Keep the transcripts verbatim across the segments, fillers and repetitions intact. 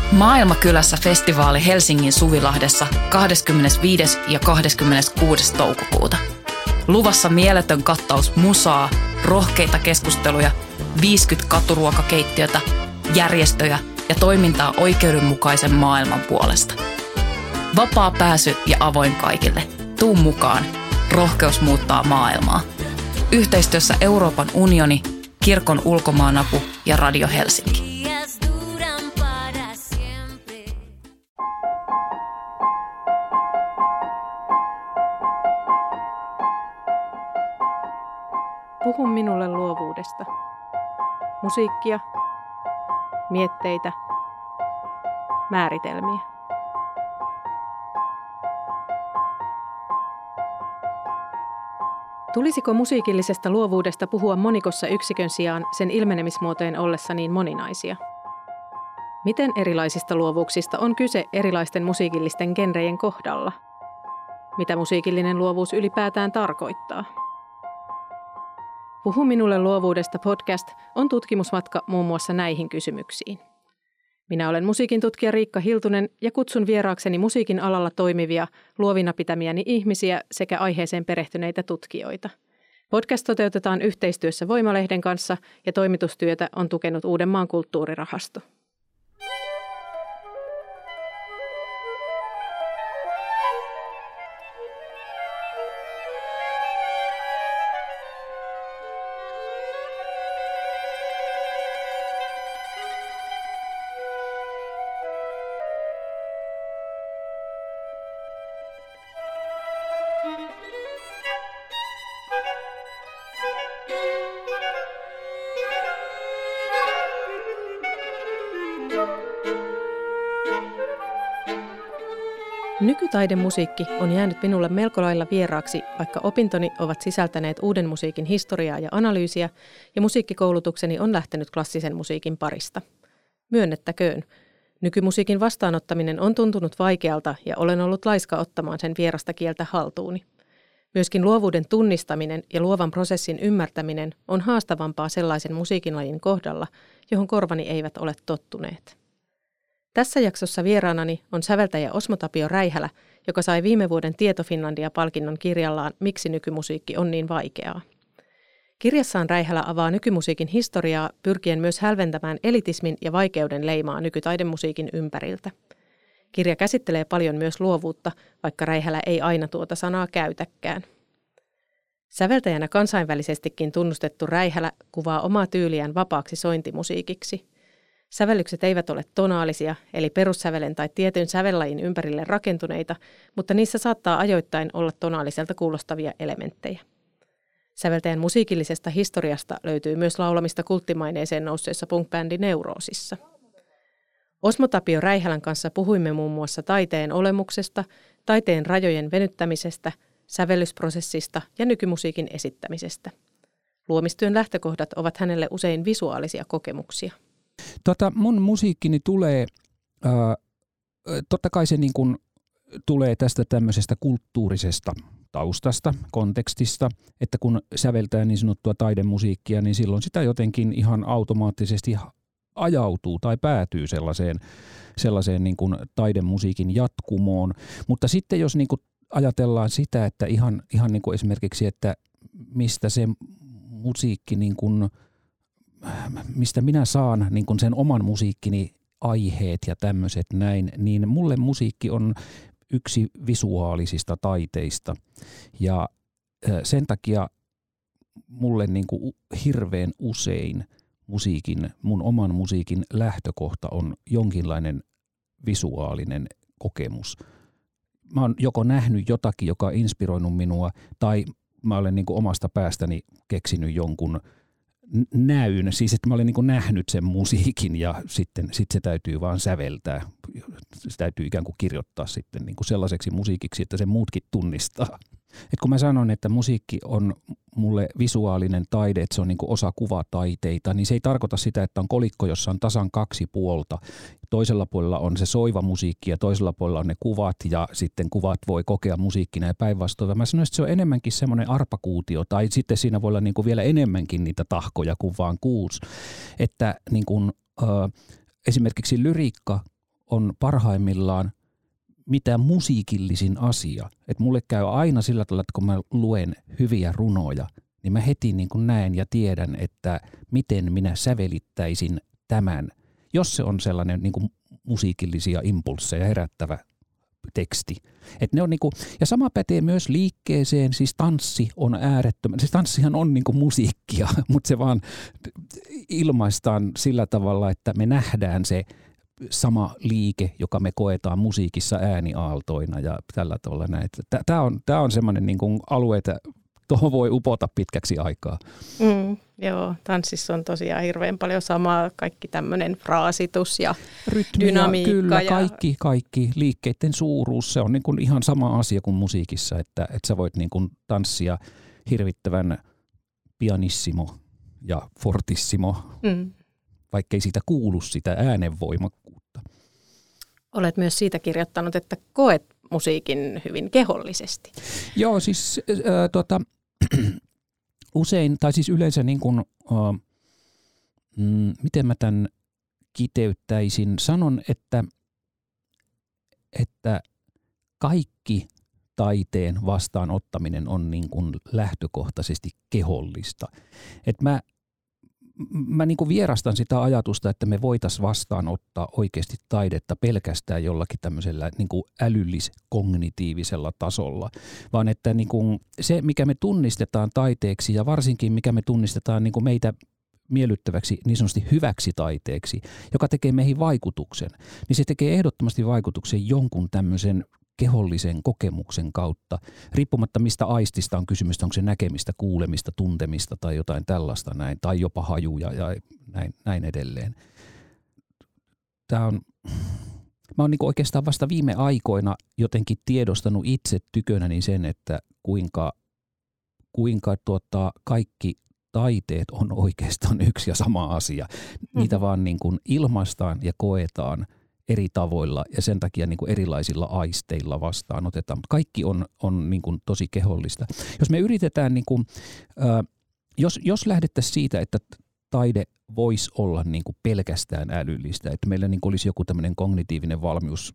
Maailmakylässä festivaali Helsingin Suvilahdessa kahdeskymmenesviides ja kahdeskymmeneskuudes toukokuuta. Luvassa mieletön kattaus musaa, rohkeita keskusteluja, viisikymmentä katuruokakeittiötä, järjestöjä ja toimintaa oikeudenmukaisen maailman puolesta. Vapaa pääsy ja avoin kaikille. Tuu mukaan. Rohkeus muuttaa maailmaa. Yhteistyössä Euroopan unioni, Kirkon ulkomaanapu ja Radio Helsinki. Puhu minulle luovuudesta. Musiikkia, mietteitä, määritelmiä. Tulisiko musiikillisesta luovuudesta puhua monikossa yksikön sijaan sen ilmenemismuotojen ollessa niin moninaisia? Miten erilaisista luovuuksista on kyse erilaisten musiikillisten genrejen kohdalla? Mitä musiikillinen luovuus ylipäätään tarkoittaa? Puhu minulle luovuudesta podcast on tutkimusmatka muun muassa näihin kysymyksiin. Minä olen musiikin tutkija Riikka Hiltunen ja kutsun vieraakseni musiikin alalla toimivia, luovina pitämiäni ihmisiä sekä aiheeseen perehtyneitä tutkijoita. Podcast toteutetaan yhteistyössä Voimalehden kanssa ja toimitustyötä on tukenut Uudenmaan kulttuurirahasto. Nykytaidemusiikki on jäänyt minulle melko lailla vieraaksi, vaikka opintoni ovat sisältäneet uuden musiikin historiaa ja analyysiä, ja musiikkikoulutukseni on lähtenyt klassisen musiikin parista. Myönnettäköön, nykymusiikin vastaanottaminen on tuntunut vaikealta ja olen ollut laiska ottamaan sen vierasta kieltä haltuuni. Myöskin luovuuden tunnistaminen ja luovan prosessin ymmärtäminen on haastavampaa sellaisen musiikinlajin kohdalla, johon korvani eivät ole tottuneet. Tässä jaksossa vieraanani on säveltäjä Osmo Tapio Räihälä, joka sai viime vuoden Tieto Finlandia-palkinnon kirjallaan Miksi nykymusiikki on niin vaikeaa. Kirjassaan Räihälä avaa nykymusiikin historiaa pyrkien myös hälventämään elitismin ja vaikeuden leimaa nykytaidemusiikin ympäriltä. Kirja käsittelee paljon myös luovuutta, vaikka Räihälä ei aina tuota sanaa käytäkään. Säveltäjänä kansainvälisestikin tunnustettu Räihälä kuvaa omaa tyyliään vapaaksi sointimusiikiksi. Sävellykset eivät ole tonaalisia, eli perussävelen tai tietyn sävellajin ympärille rakentuneita, mutta niissä saattaa ajoittain olla tonaaliselta kuulostavia elementtejä. Säveltäjän musiikillisesta historiasta löytyy myös laulamista kulttimaineeseen nousseessa punk-bändi Neuroosissa. Osmo Tapio Räihälän kanssa puhuimme muun muassa taiteen olemuksesta, taiteen rajojen venyttämisestä, sävellysprosessista ja nykymusiikin esittämisestä. Luomistyön lähtökohdat ovat hänelle usein visuaalisia kokemuksia. Tota, mun musiikkini tulee, äh, totta kai se niin kuin tulee tästä tämmöisestä kulttuurisesta taustasta, kontekstista, että kun säveltää niin sanottua taidemusiikkia, niin silloin sitä jotenkin ihan automaattisesti ajautuu tai päätyy sellaiseen, sellaiseen niin kuin taidemusiikin jatkumoon. Mutta sitten jos niin kuin ajatellaan sitä, että ihan, ihan niin kuin esimerkiksi, että mistä se musiikki niin kuin mistä minä saan niin kuin sen oman musiikkini aiheet ja tämmöiset näin, niin mulle musiikki on yksi visuaalisista taiteista. Ja sen takia mulle niin kuin hirveän usein musiikin, mun oman musiikin lähtökohta on jonkinlainen visuaalinen kokemus. Mä oon joko nähnyt jotakin, joka on inspiroinut minua, tai mä olen niin kuin omasta päästäni keksinyt jonkun näyn, siis että mä olen niin kuin nähnyt sen musiikin ja sitten sit se täytyy vaan säveltää. Se täytyy ikään kuin kirjoittaa sitten niin kuin sellaiseksi musiikiksi, että se muutkin tunnistaa. Et kun mä sanon, että musiikki on mulle visuaalinen taide, että se on niin kuin osa kuvataiteita, niin se ei tarkoita sitä, että on kolikko, jossa on tasan kaksi puolta. Toisella puolella on se soiva musiikki ja toisella puolella on ne kuvat ja sitten kuvat voi kokea musiikkina ja päinvastoin. Mä sanoisin, että se on enemmänkin semmoinen arpakuutio tai sitten siinä voi olla niin kuin vielä enemmänkin niitä tahkoja kuin vaan kuusi. Että niin kuin, äh, esimerkiksi lyriikka on parhaimmillaan mitä musiikillisin asia. Että mulle käy aina sillä tavalla, että kun mä luen hyviä runoja, niin mä heti niin kuin näen ja tiedän, että miten minä sävelittäisin tämän, jos se on sellainen niin kuin musiikillisia impulsseja herättävä teksti. Et ne on niinku, ja sama pätee myös liikkeeseen, siis tanssi on äärettömän, siis tanssihan on niinku musiikkia, mutta se vaan ilmaistaan sillä tavalla, että me nähdään se sama liike, joka me koetaan musiikissa ääniaaltoina ja tällä tavalla näin. Tämä on, tää on semmoinen niinku alue, että tuohon voi upota pitkäksi aikaa. Mm, joo, tanssissa on tosiaan hirveän paljon samaa, kaikki tämmöinen fraasitus ja rytmiä, dynamiikka. Kyllä, ja kaikki, kaikki liikkeiden suuruus, se on niin kuin ihan sama asia kuin musiikissa, että, että sä voit niin kuin tanssia hirvittävän pianissimo ja fortissimo, mm. vaikkei siitä kuulu sitä äänenvoimakkuutta. Olet myös siitä kirjoittanut, että koet musiikin hyvin kehollisesti. Joo, siis äh, tota, usein, tai siis yleensä niin kuin, äh, mm, miten mä tämän kiteyttäisin, sanon, että, että kaikki taiteen vastaanottaminen on niin kuin lähtökohtaisesti kehollista. Että mä Mä niin kuin vierastan sitä ajatusta, että me voitaisiin vastaanottaa oikeasti taidetta pelkästään jollakin tämmöisellä niin kuin älyllis-kognitiivisella tasolla, vaan että niin kuin se, mikä me tunnistetaan taiteeksi ja varsinkin mikä me tunnistetaan niin kuin meitä miellyttäväksi, niin sanotusti hyväksi taiteeksi, joka tekee meihin vaikutuksen, niin se tekee ehdottomasti vaikutuksen jonkun tämmöisen kehollisen kokemuksen kautta, riippumatta mistä aistista on kysymys, onko se näkemistä, kuulemista, tuntemista tai jotain tällaista näin, tai jopa hajuja ja näin, näin edelleen. Tämä on, mä oon niin kuin oikeastaan vasta viime aikoina jotenkin tiedostanut itse tykönäni sen, että kuinka, kuinka tuota, kaikki taiteet on oikeastaan yksi ja sama asia. Niitä mm-hmm. vaan niin kuin ilmaistaan ja koetaan eri tavoilla ja sen takia niin kuin erilaisilla aisteilla vastaanotetaan. Kaikki on, on niin kuin tosi kehollista. Jos me yritetään, niin kuin, äh, jos, jos lähdettäisiin siitä, että taide voisi olla niin kuin pelkästään älyllistä, että meillä niin kuin olisi joku tämmöinen kognitiivinen valmius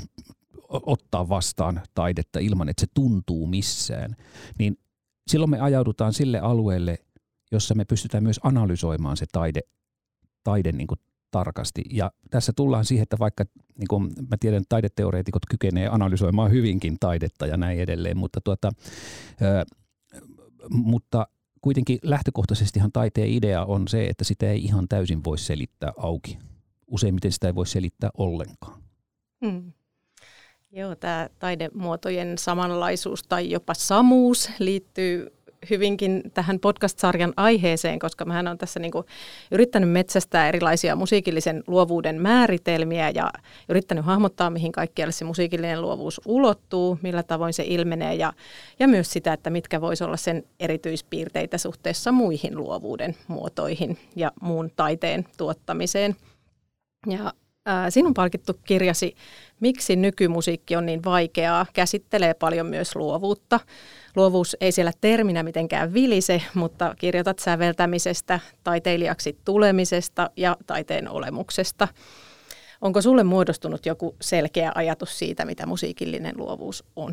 ottaa vastaan taidetta ilman, että se tuntuu missään, niin silloin me ajaudutaan sille alueelle, jossa me pystytään myös analysoimaan se taide, taide niin kuin tarkasti. Ja tässä tullaan siihen, että vaikka niin kuin mä tiedän, että taideteoreetikot kykenee analysoimaan hyvinkin taidetta ja näin edelleen, mutta, tuota, ö, mutta kuitenkin lähtökohtaisestihan taiteen idea on se, että sitä ei ihan täysin voi selittää auki. Useimmiten sitä ei voi selittää ollenkaan. Hmm. Joo, tämä taidemuotojen samanlaisuus tai jopa samuus liittyy hyvinkin tähän podcast-sarjan aiheeseen, koska mähän olen tässä niin kuin yrittänyt metsästää erilaisia musiikillisen luovuuden määritelmiä ja yrittänyt hahmottaa, mihin kaikkialle se musiikillinen luovuus ulottuu, millä tavoin se ilmenee ja, ja myös sitä, että mitkä voisi olla sen erityispiirteitä suhteessa muihin luovuuden muotoihin ja muun taiteen tuottamiseen. Ja ää, sinun palkittu kirjasi Miksi nykymusiikki on niin vaikeaa, käsittelee paljon myös luovuutta. Luovuus ei siellä terminä mitenkään vilise, mutta kirjoitat säveltämisestä, taiteilijaksi tulemisesta ja taiteen olemuksesta. Onko sulle muodostunut joku selkeä ajatus siitä, mitä musiikillinen luovuus on?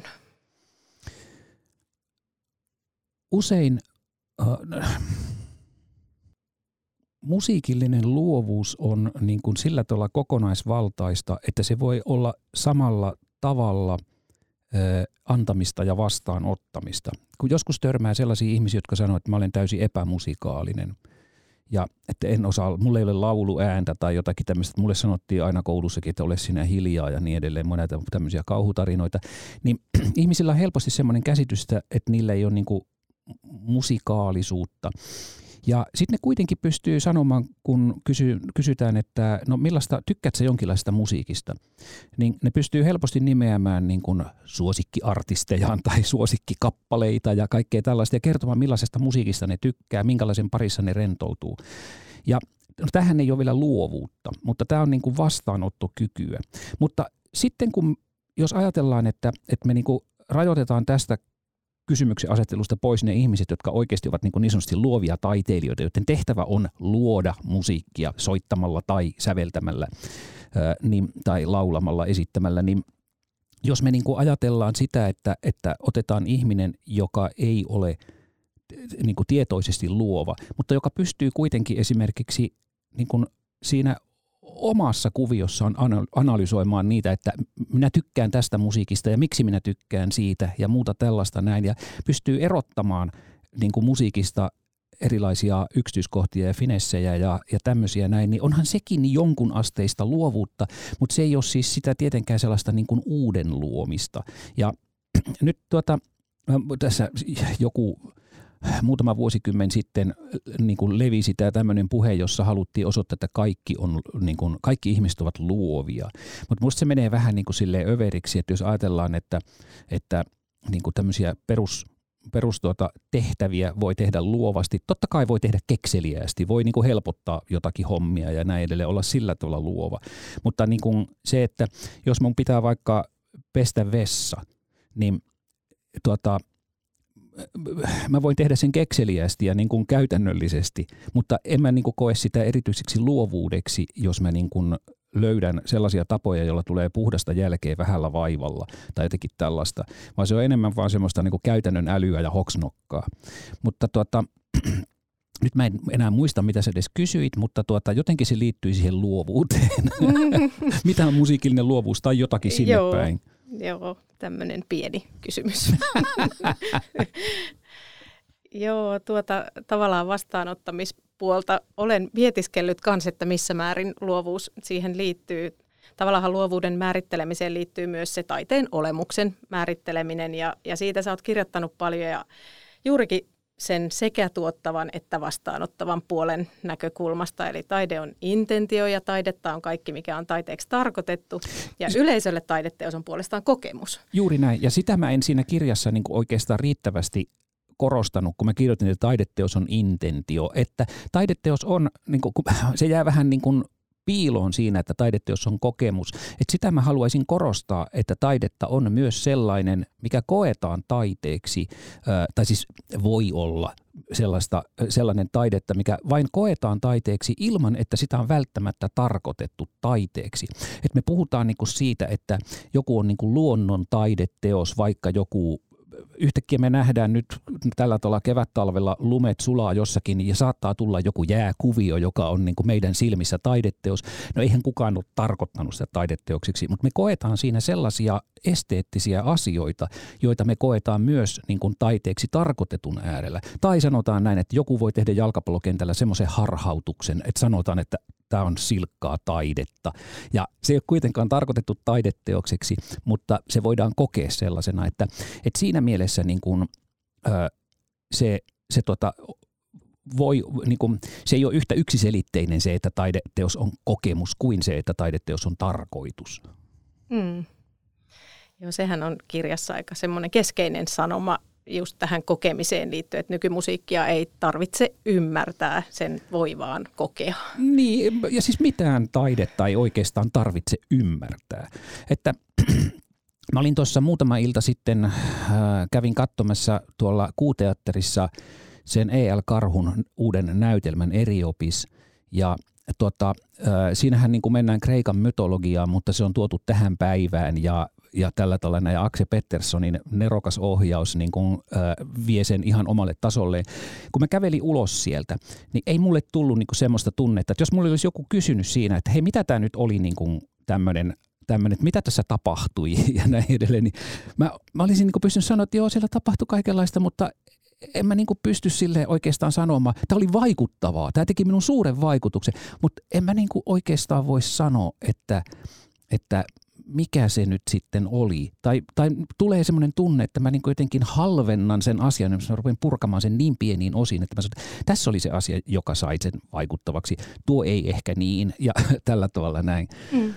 Usein äh, musiikillinen luovuus on niin kuin sillä tavalla kokonaisvaltaista, että se voi olla samalla tavalla antamista ja vastaanottamista. Kun joskus törmää sellaisia ihmisiä, jotka sanoo, että mä olen täysin epämusikaalinen ja että en osaa, mulla ei ole lauluääntä tai jotakin tämmöistä, mulle sanottiin aina koulussakin, että ole sinä hiljaa ja niin edelleen, monia tämmöisiä kauhutarinoita, niin ihmisillä on helposti semmoinen käsitys, että niillä ei ole niin kuin musikaalisuutta. Ja sitten ne kuitenkin pystyy sanomaan, kun kysy, kysytään, että no millaista, tykkäätkö jonkinlaista musiikista, niin ne pystyy helposti nimeämään niin kuin suosikkiartistejaan tai suosikkikappaleita ja kaikkea tällaista ja kertomaan millaisesta musiikista ne tykkää, minkälaisen parissa ne rentoutuu. Ja no, tämähän ei ole vielä luovuutta, mutta tämä on niin kuin vastaanottokykyä. Mutta sitten kun, jos ajatellaan, että, että me niin kuin rajoitetaan tästä kysymyksen asettelusta pois ne ihmiset, jotka oikeasti ovat niin, niin sanotusti luovia taiteilijoita, joiden tehtävä on luoda musiikkia soittamalla tai säveltämällä, ää, niin, tai laulamalla, esittämällä, niin jos me niin kuin ajatellaan sitä, että, että otetaan ihminen, joka ei ole niin kuin tietoisesti luova, mutta joka pystyy kuitenkin esimerkiksi niin kuin siinä omassa kuviossaan analysoimaan niitä, että minä tykkään tästä musiikista ja miksi minä tykkään siitä ja muuta tällaista näin, ja pystyy erottamaan niin kuin musiikista erilaisia yksityiskohtia ja finessejä ja, ja tämmöisiä näin, niin onhan sekin jonkun asteista luovuutta, mutta se ei ole siis sitä tietenkään sellaista niin kuin uuden luomista. Ja nyt tuota, tässä joku muutama vuosikymmen sitten niin kuin levisi tämä tämmöinen puhe, jossa haluttiin osoittaa, että kaikki, on, niin kuin, kaikki ihmiset ovat luovia. Mutta musta se menee vähän niin kuin silleen överiksi, että jos ajatellaan, että, että niin kuin tämmöisiä perus perus tuota, tehtäviä voi tehdä luovasti. Totta kai voi tehdä kekseliäästi, voi niin kuin helpottaa jotakin hommia ja näin edelleen, olla sillä tavalla luova. Mutta niin kuin se, että jos mun pitää vaikka pestä vessa, niin tuota, mä voin tehdä sen kekseliäästi ja niin kuin käytännöllisesti, mutta en mä niin kuin koe sitä erityiseksi luovuudeksi, jos mä niin kuin löydän sellaisia tapoja, joilla tulee puhdasta jälkeä vähällä vaivalla tai jotenkin tällaista, vaan se on enemmän vaan semmoista niin kuin käytännön älyä ja hoksnokkaa. Mutta tuota, nyt mä en enää muista, mitä sä edes kysyit, mutta tuota, jotenkin se liittyy siihen luovuuteen. Mitä on musiikillinen luovuus tai jotakin sinne Joo. päin? Joo, tämmöinen pieni kysymys. Joo, tuota tavallaan vastaanottamispuolta olen mietiskellyt kans, että missä määrin luovuus siihen liittyy. Tavallaan luovuuden määrittelemiseen liittyy myös se taiteen olemuksen määritteleminen ja, ja siitä sä oot kirjoittanut paljon ja juurikin sen sekä tuottavan että vastaanottavan puolen näkökulmasta. Eli taide on intentio ja taidetta on kaikki, mikä on taiteeksi tarkoitettu. Ja yleisölle taideteos on puolestaan kokemus. Juuri näin. Ja sitä mä en siinä kirjassa niin kuin oikeastaan riittävästi korostanut, kun mä kirjoitin, että taideteos on intentio. Että taideteos on, niin kuin, se jää vähän niin kuin piiloon siinä, että taideteos on kokemus. Että sitä mä haluaisin korostaa, että taidetta on myös sellainen, mikä koetaan taiteeksi, tai siis voi olla sellaista, sellainen taidetta, mikä vain koetaan taiteeksi ilman, että sitä on välttämättä tarkoitettu taiteeksi. Et me puhutaan niinku siitä, että joku on niinku luonnon taideteos, vaikka joku yhtäkkiä me nähdään nyt tällä tavalla kevättalvella lumet sulaa jossakin ja saattaa tulla joku jääkuvio, joka on niin kuin meidän silmissä taideteos. No eihän kukaan ole tarkoittanut sitä taideteoksiksi, mutta me koetaan siinä sellaisia esteettisiä asioita, joita me koetaan myös niin kuin taiteeksi tarkoitetun äärellä. Tai sanotaan näin, että joku voi tehdä jalkapallokentällä semmoisen harhautuksen, että sanotaan, että tämä on silkkaa taidetta. Ja se ei ole kuitenkaan tarkoitettu taideteokseksi, mutta se voidaan kokea sellaisena, että, että siinä mielessä niin kuin, ö, se, se, tota, voi, niin kuin, se ei ole yhtä yksiselitteinen se, että taideteos on kokemus kuin se, että taideteos on tarkoitus. Mm. Joo, sehän on kirjassa aika semmoinen keskeinen sanoma just tähän kokemiseen liittyen, että nykymusiikkia ei tarvitse ymmärtää, sen voi vaan kokea. Niin, ja siis mitään taidetta ei oikeastaan tarvitse ymmärtää. Että mä olin tuossa muutama ilta sitten, äh, kävin katsomassa tuolla Kuuteatterissa sen E L Karhun uuden näytelmän Eriopis, ja Tota, äh, siinähän niin kuin mennään Kreikan mytologiaan, mutta se on tuotu tähän päivään ja, ja tällä tavalla ja Axe Petterssonin nerokas ohjaus niin kuin, äh, vie sen ihan omalle tasolle. Kun mä kävelin ulos sieltä, niin ei mulle tullut niin kuin semmoista tunnetta, että jos mulle olisi joku kysynyt siinä, että hei, mitä tämä nyt oli niin kuin tämmöinen, tämmöinen, että mitä tässä tapahtui ja näin edelleen, niin mä, mä olisin niin kuin pystynyt sanoa, että joo, siellä tapahtui kaikenlaista, mutta en mä niin kuin pysty sille oikeastaan sanomaan. Tämä oli vaikuttavaa. Tämä teki minun suuren vaikutuksen, mutta en mä niin kuin oikeastaan voi sanoa, että, että mikä se nyt sitten oli. Tai, tai tulee semmoinen tunne, että mä niin kuin jotenkin halvennan sen asian, ja mä rupean purkamaan sen niin pieniin osiin, että mä sanon, että tässä oli se asia, joka sai sen vaikuttavaksi. Tuo ei ehkä niin, ja tällä tavalla näin. Mm.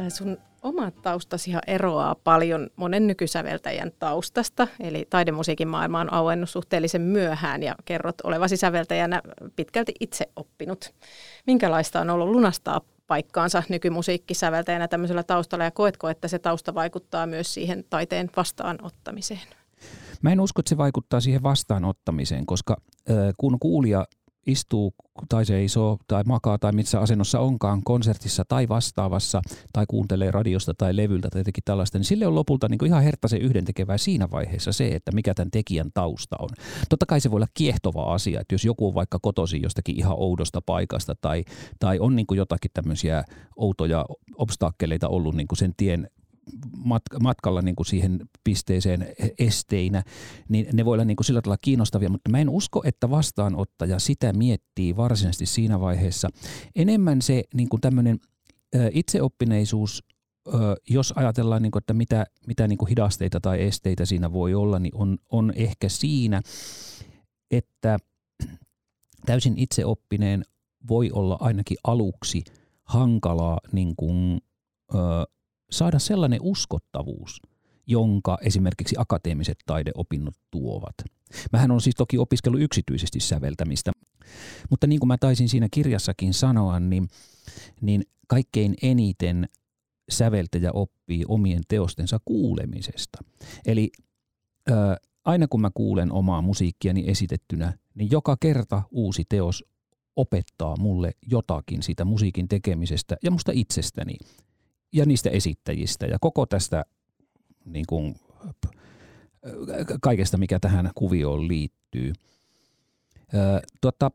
Sun omat taustasihan eroaa paljon monen nykysäveltäjän taustasta, eli taidemusiikin maailma on auennut suhteellisen myöhään ja kerrot olevasi säveltäjänä pitkälti itse oppinut. Minkälaista on ollut lunastaa paikkaansa nykymusiikkisäveltäjänä tämmöisellä taustalla ja koetko, että se tausta vaikuttaa myös siihen taiteen vastaanottamiseen? Mä en usko, että se vaikuttaa siihen vastaanottamiseen, koska äh, kun kuulija istuu tai seisoo tai makaa tai missä asennossa onkaan konsertissa tai vastaavassa tai kuuntelee radiosta tai levyltä tai jotenkin tällaista, niin sille on lopulta niin kuin ihan herttaisen yhdentekevää siinä vaiheessa se, että mikä tämän tekijän tausta on. Totta kai se voi olla kiehtova asia, että jos joku on vaikka kotoisin jostakin ihan oudosta paikasta tai, tai on niin kuin jotakin tämmöisiä outoja obstakkeleita ollut niin kuin sen tien matkalla niin kuin siihen pisteeseen esteinä, niin ne voi olla niin kuin sillä tavalla kiinnostavia, mutta mä en usko, että vastaanottaja sitä miettii varsinaisesti siinä vaiheessa. Enemmän se niin kuin tämmöinen itseoppineisuus, jos ajatellaan, niin kuin, että mitä, mitä niin kuin hidasteita tai esteitä siinä voi olla, niin on, on ehkä siinä, että täysin itseoppineen voi olla ainakin aluksi hankalaa niin kuin, saada sellainen uskottavuus, jonka esimerkiksi akateemiset taideopinnot tuovat. Mähän on siis toki opiskellut yksityisesti säveltämistä, mutta niin kuin mä taisin siinä kirjassakin sanoa, niin, niin kaikkein eniten säveltäjä oppii omien teostensa kuulemisesta. Eli ää, aina kun mä kuulen omaa musiikkiani esitettynä, niin joka kerta uusi teos opettaa mulle jotakin siitä musiikin tekemisestä ja musta itsestäni. Ja niistä esittäjistä ja koko tästä niin kuin, kaikesta, mikä tähän kuvioon liittyy. Ö, tota,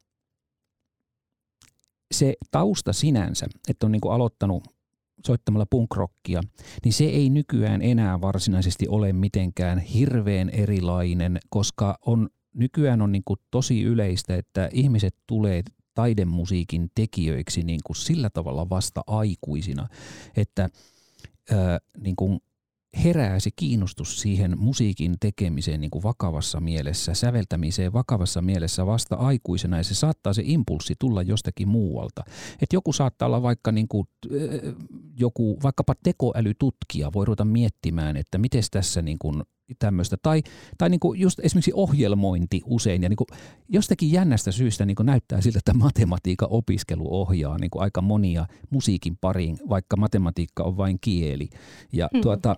se tausta sinänsä, että on niin kuin aloittanut soittamalla punkrockia, niin se ei nykyään enää varsinaisesti ole mitenkään hirveän erilainen, koska on, nykyään on niin kuin tosi yleistä, että ihmiset tulee taidemusiikin tekijöiksi niin kuin sillä tavalla vasta aikuisina, että ää, niin kuin herää se kiinnostus siihen musiikin tekemiseen niin kuin vakavassa mielessä, säveltämiseen vakavassa mielessä vasta aikuisena, ja se saattaa se impulssi tulla jostakin muualta. Että joku saattaa olla vaikka niin kuin, joku, vaikkapa tekoälytutkija voi ruveta miettimään, että miten tässä niin kuin tämmöistä, tai, tai niin kuin just esimerkiksi ohjelmointi usein, ja niin kuin jostakin jännästä syystä niin kuin näyttää siltä, että matematiikan opiskelu ohjaa niin kuin aika monia musiikin pariin, vaikka matematiikka on vain kieli. Ja hmm. tuota,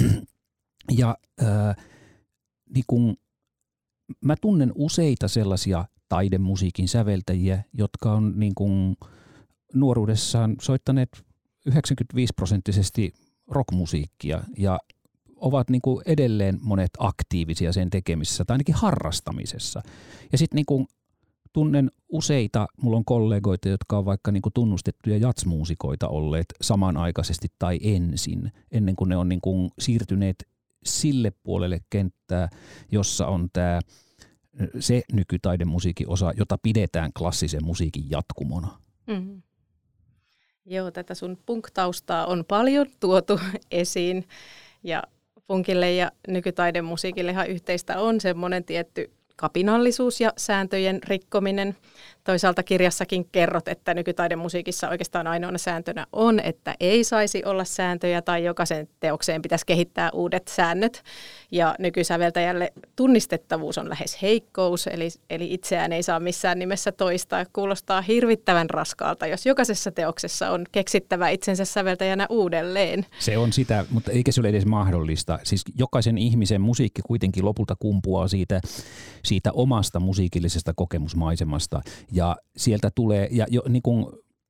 ja ää, niin kun, mä tunnen useita sellaisia taidemusiikin säveltäjiä, jotka on niin kun nuoruudessaan soittaneet yhdeksänkymmentäviisi prosenttisesti rockmusiikkia ja ovat niin kuin edelleen monet aktiivisia sen tekemisessä tai ainakin harrastamisessa. Ja sitten niin kuin tunnen useita, mulla on kollegoita, jotka on vaikka niin kuin tunnustettuja jatsmuusikoita olleet samanaikaisesti tai ensin, ennen kuin ne on niin kuin siirtyneet sille puolelle kenttää, jossa on tämä se nykytaidemusiikin osa, jota pidetään klassisen musiikin jatkumona. Mm. Joo, tätä sun punk-taustaa on paljon tuotu esiin ja punkille ja nykytaidemusiikillehan yhteistä on semmoinen tietty kapinallisuus ja sääntöjen rikkominen. Toisaalta kirjassakin kerrot, että nykytaidemusiikissa oikeastaan ainoana sääntönä on, että ei saisi olla sääntöjä tai jokaisen teokseen pitäisi kehittää uudet säännöt. Ja nykysäveltäjälle tunnistettavuus on lähes heikkous, eli, eli itseään ei saa missään nimessä toistaa. Kuulostaa hirvittävän raskaalta, jos jokaisessa teoksessa on keksittävä itsensä säveltäjänä uudelleen. Se on sitä, mutta eikä se ole edes mahdollista. Siis jokaisen ihmisen musiikki kuitenkin lopulta kumpuaa siitä, siitä omasta musiikillisesta kokemusmaisemasta. Ja sieltä tulee, ja jo, niin kuin,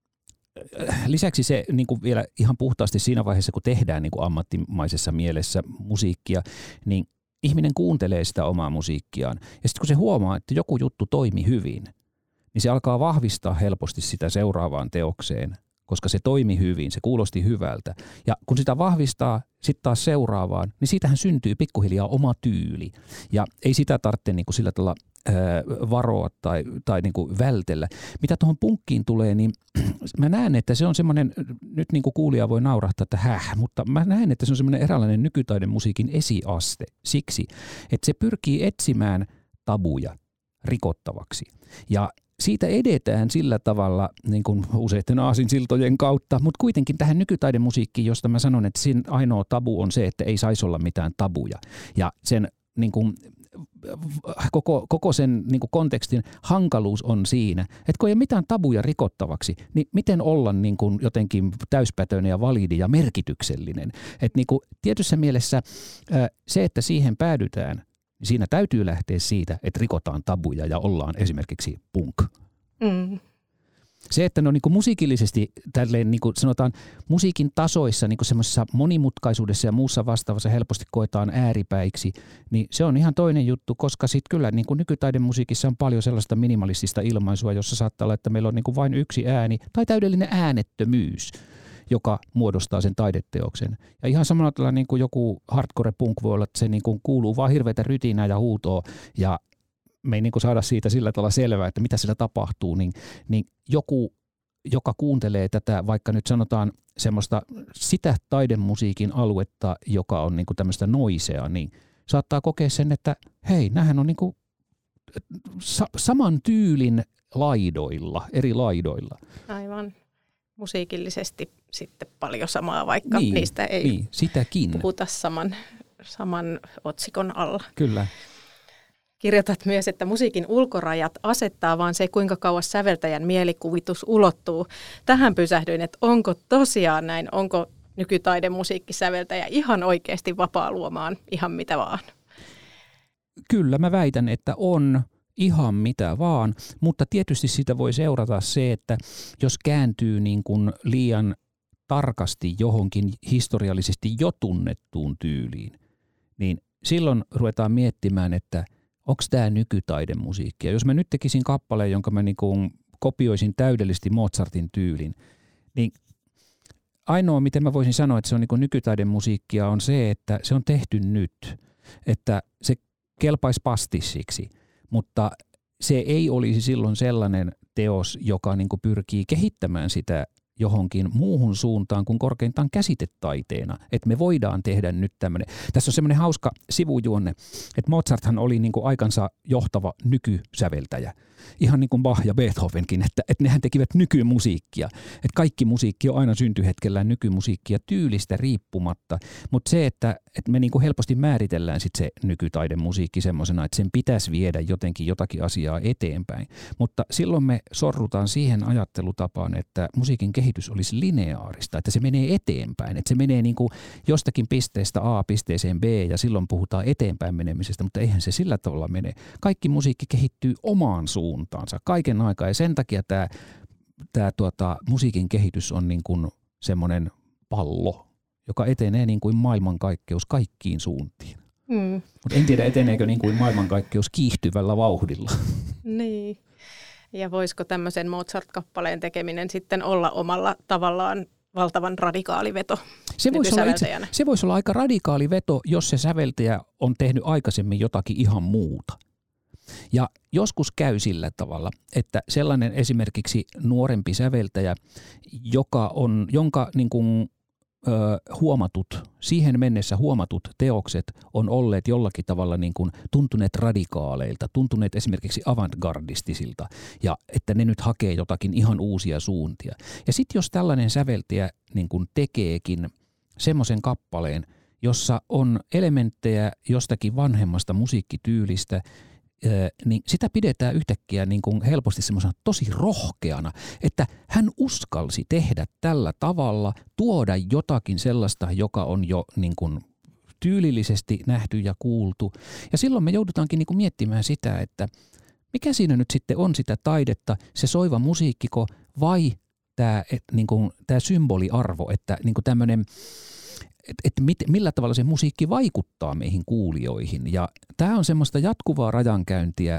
lisäksi se niin kuin vielä ihan puhtaasti siinä vaiheessa, kun tehdään niin kuin ammattimaisessa mielessä musiikkia, niin ihminen kuuntelee sitä omaa musiikkiaan. Ja sitten kun se huomaa, että joku juttu toimi hyvin, niin se alkaa vahvistaa helposti sitä seuraavaan teokseen, koska se toimi hyvin, se kuulosti hyvältä. Ja kun sitä vahvistaa sitten taas seuraavaan, niin siitähän syntyy pikkuhiljaa oma tyyli. Ja ei sitä tarvitse niin kuin sillä tavalla varoa tai, tai niin kuin vältellä. Mitä tuohon punkkiin tulee, niin mä näen, että se on semmoinen, nyt niin kuin kuulija voi naurahtaa, että häh, mutta mä näen, että se on semmoinen eräänlainen nykytaidemusiikin esiaste siksi, että se pyrkii etsimään tabuja rikottavaksi. Ja siitä edetään sillä tavalla niin kuin useiden aasinsiltojen kautta, mutta kuitenkin tähän nykytaidemusiikkiin, josta mä sanon, että siinä ainoa tabu on se, että ei saisi olla mitään tabuja. Ja sen niin kuin, koko, koko sen niin kuin kontekstin hankaluus on siinä, että kun ei ole mitään tabuja rikottavaksi, niin miten olla niin kuin jotenkin täyspätöinen ja validi ja merkityksellinen. Että niin kuin tietyssä mielessä se, että siihen päädytään, niin siinä täytyy lähteä siitä, että rikotaan tabuja ja ollaan esimerkiksi punk. Mm. Se, että ne on niin kuin musiikillisesti, tälleen niin kuin sanotaan musiikin tasoissa niin kuin semmoisessa monimutkaisuudessa ja muussa vastaavassa helposti koetaan ääripäiksi, niin se on ihan toinen juttu, koska sitten kyllä niin kuin nykytaidemusiikissa on paljon sellaista minimalistista ilmaisua, jossa saattaa olla, että meillä on niin kuin vain yksi ääni tai täydellinen äänettömyys, joka muodostaa sen taideteoksen. Ja ihan samalla tavalla niin kuin joku hardcore-punk voi olla, että se niin kuin kuuluu vaan hirveätä rytinää ja huutoa ja me ei niin kuin saada siitä sillä tavalla selvää, että mitä siellä tapahtuu, niin, niin joku, joka kuuntelee tätä, vaikka nyt sanotaan semmoista sitä taidemusiikin aluetta, joka on niin kuin tämmöistä noisea, niin saattaa kokea sen, että hei, nämähän on niin kuin sa- saman tyylin laidoilla, eri laidoilla. Aivan. Musiikillisesti sitten paljon samaa, vaikka niin, niistä ei niin, sitäkin. puhuta saman, saman otsikon alla. Kyllä. Kirjoitat myös, että musiikin ulkorajat asettaa vaan se, kuinka kauas säveltäjän mielikuvitus ulottuu. Tähän pysähdyin, että onko tosiaan näin, onko nykytaidemusiikkisäveltäjä ihan oikeasti vapaa luomaan ihan mitä vaan? Kyllä, mä väitän, että on ihan mitä vaan, mutta tietysti siitä voi seurata se, että jos kääntyy niin kuin liian tarkasti johonkin historiallisesti jo tunnettuun tyyliin, niin silloin ruvetaan miettimään, että onko tämä nykytaidemusiikkia. Jos mä nyt tekisin kappaleen, jonka mä niin kuin kopioisin täydellisesti Mozartin tyylin, niin ainoa, miten mä voisin sanoa, että se on niin kuin nykytaidemusiikkia, on se, että se on tehty nyt. Että se kelpaisi pastissiksi, mutta se ei olisi silloin sellainen teos, joka niin kuin pyrkii kehittämään sitä johonkin muuhun suuntaan kuin korkeintaan käsitetaiteena, että me voidaan tehdä nyt tämmöinen. Tässä on semmoinen hauska sivujuonne, että Mozarthan oli niin kuin aikansa johtava nykysäveltäjä. Ihan niin kuin Bach ja Beethovenkin, että, että nehän tekivät nykymusiikkia. Että kaikki musiikki on aina syntyhetkellään nykymusiikkia tyylistä riippumatta, mutta se, että, että me niin kuin helposti määritellään sit se nykytaidemusiikki semmoisena, että sen pitäisi viedä jotenkin jotakin asiaa eteenpäin. Mutta silloin me sorrutaan siihen ajattelutapaan, että musiikin kehitys olisi lineaarista, että se menee eteenpäin, että se menee niin kuin jostakin pisteestä A pisteeseen B ja silloin puhutaan eteenpäin menemisestä, mutta eihän se sillä tavalla mene. Kaikki musiikki kehittyy omaan suuntaan. Suuntaansa kaiken aikaa ja sen takia tämä, tämä tuota, musiikin kehitys on niin kuin semmoinen pallo, joka etenee niin kuin maailmankaikkeus kaikkiin suuntiin. Mm. Mutta en tiedä, eteneekö niin kuin maailmankaikkeus kiihtyvällä vauhdilla. Niin. Ja voisiko tämmöisen Mozart-kappaleen tekeminen sitten olla omalla tavallaan valtavan radikaali veto se voisi, olla itse, se voisi olla aika radikaali veto, jos se säveltäjä on tehnyt aikaisemmin jotakin ihan muuta. Ja joskus käy sillä tavalla, että sellainen esimerkiksi nuorempi säveltäjä, joka on, jonka niin kuin, ö, huomatut, siihen mennessä huomatut teokset on olleet jollakin tavalla niin kuin tuntuneet radikaaleilta, tuntuneet esimerkiksi avantgardistisilta ja että ne nyt hakee jotakin ihan uusia suuntia. Ja sitten jos tällainen säveltäjä niin kuin tekeekin semmoisen kappaleen, jossa on elementtejä jostakin vanhemmasta musiikkityylistä, niin sitä pidetään yhtäkkiä niin kuin helposti semmoisena tosi rohkeana, että hän uskalsi tehdä tällä tavalla, tuoda jotakin sellaista, joka on jo niin kuin tyylillisesti nähty ja kuultu. Ja silloin me joudutaankin niin kuin miettimään sitä, että mikä siinä nyt sitten on sitä taidetta, se soiva musiikkiko vai tämä, et, niin kuin, tämä symboliarvo, että niin kuin tämmöinen että et mit, millä tavalla se musiikki vaikuttaa meihin kuulijoihin. Ja tämä on semmoista jatkuvaa rajankäyntiä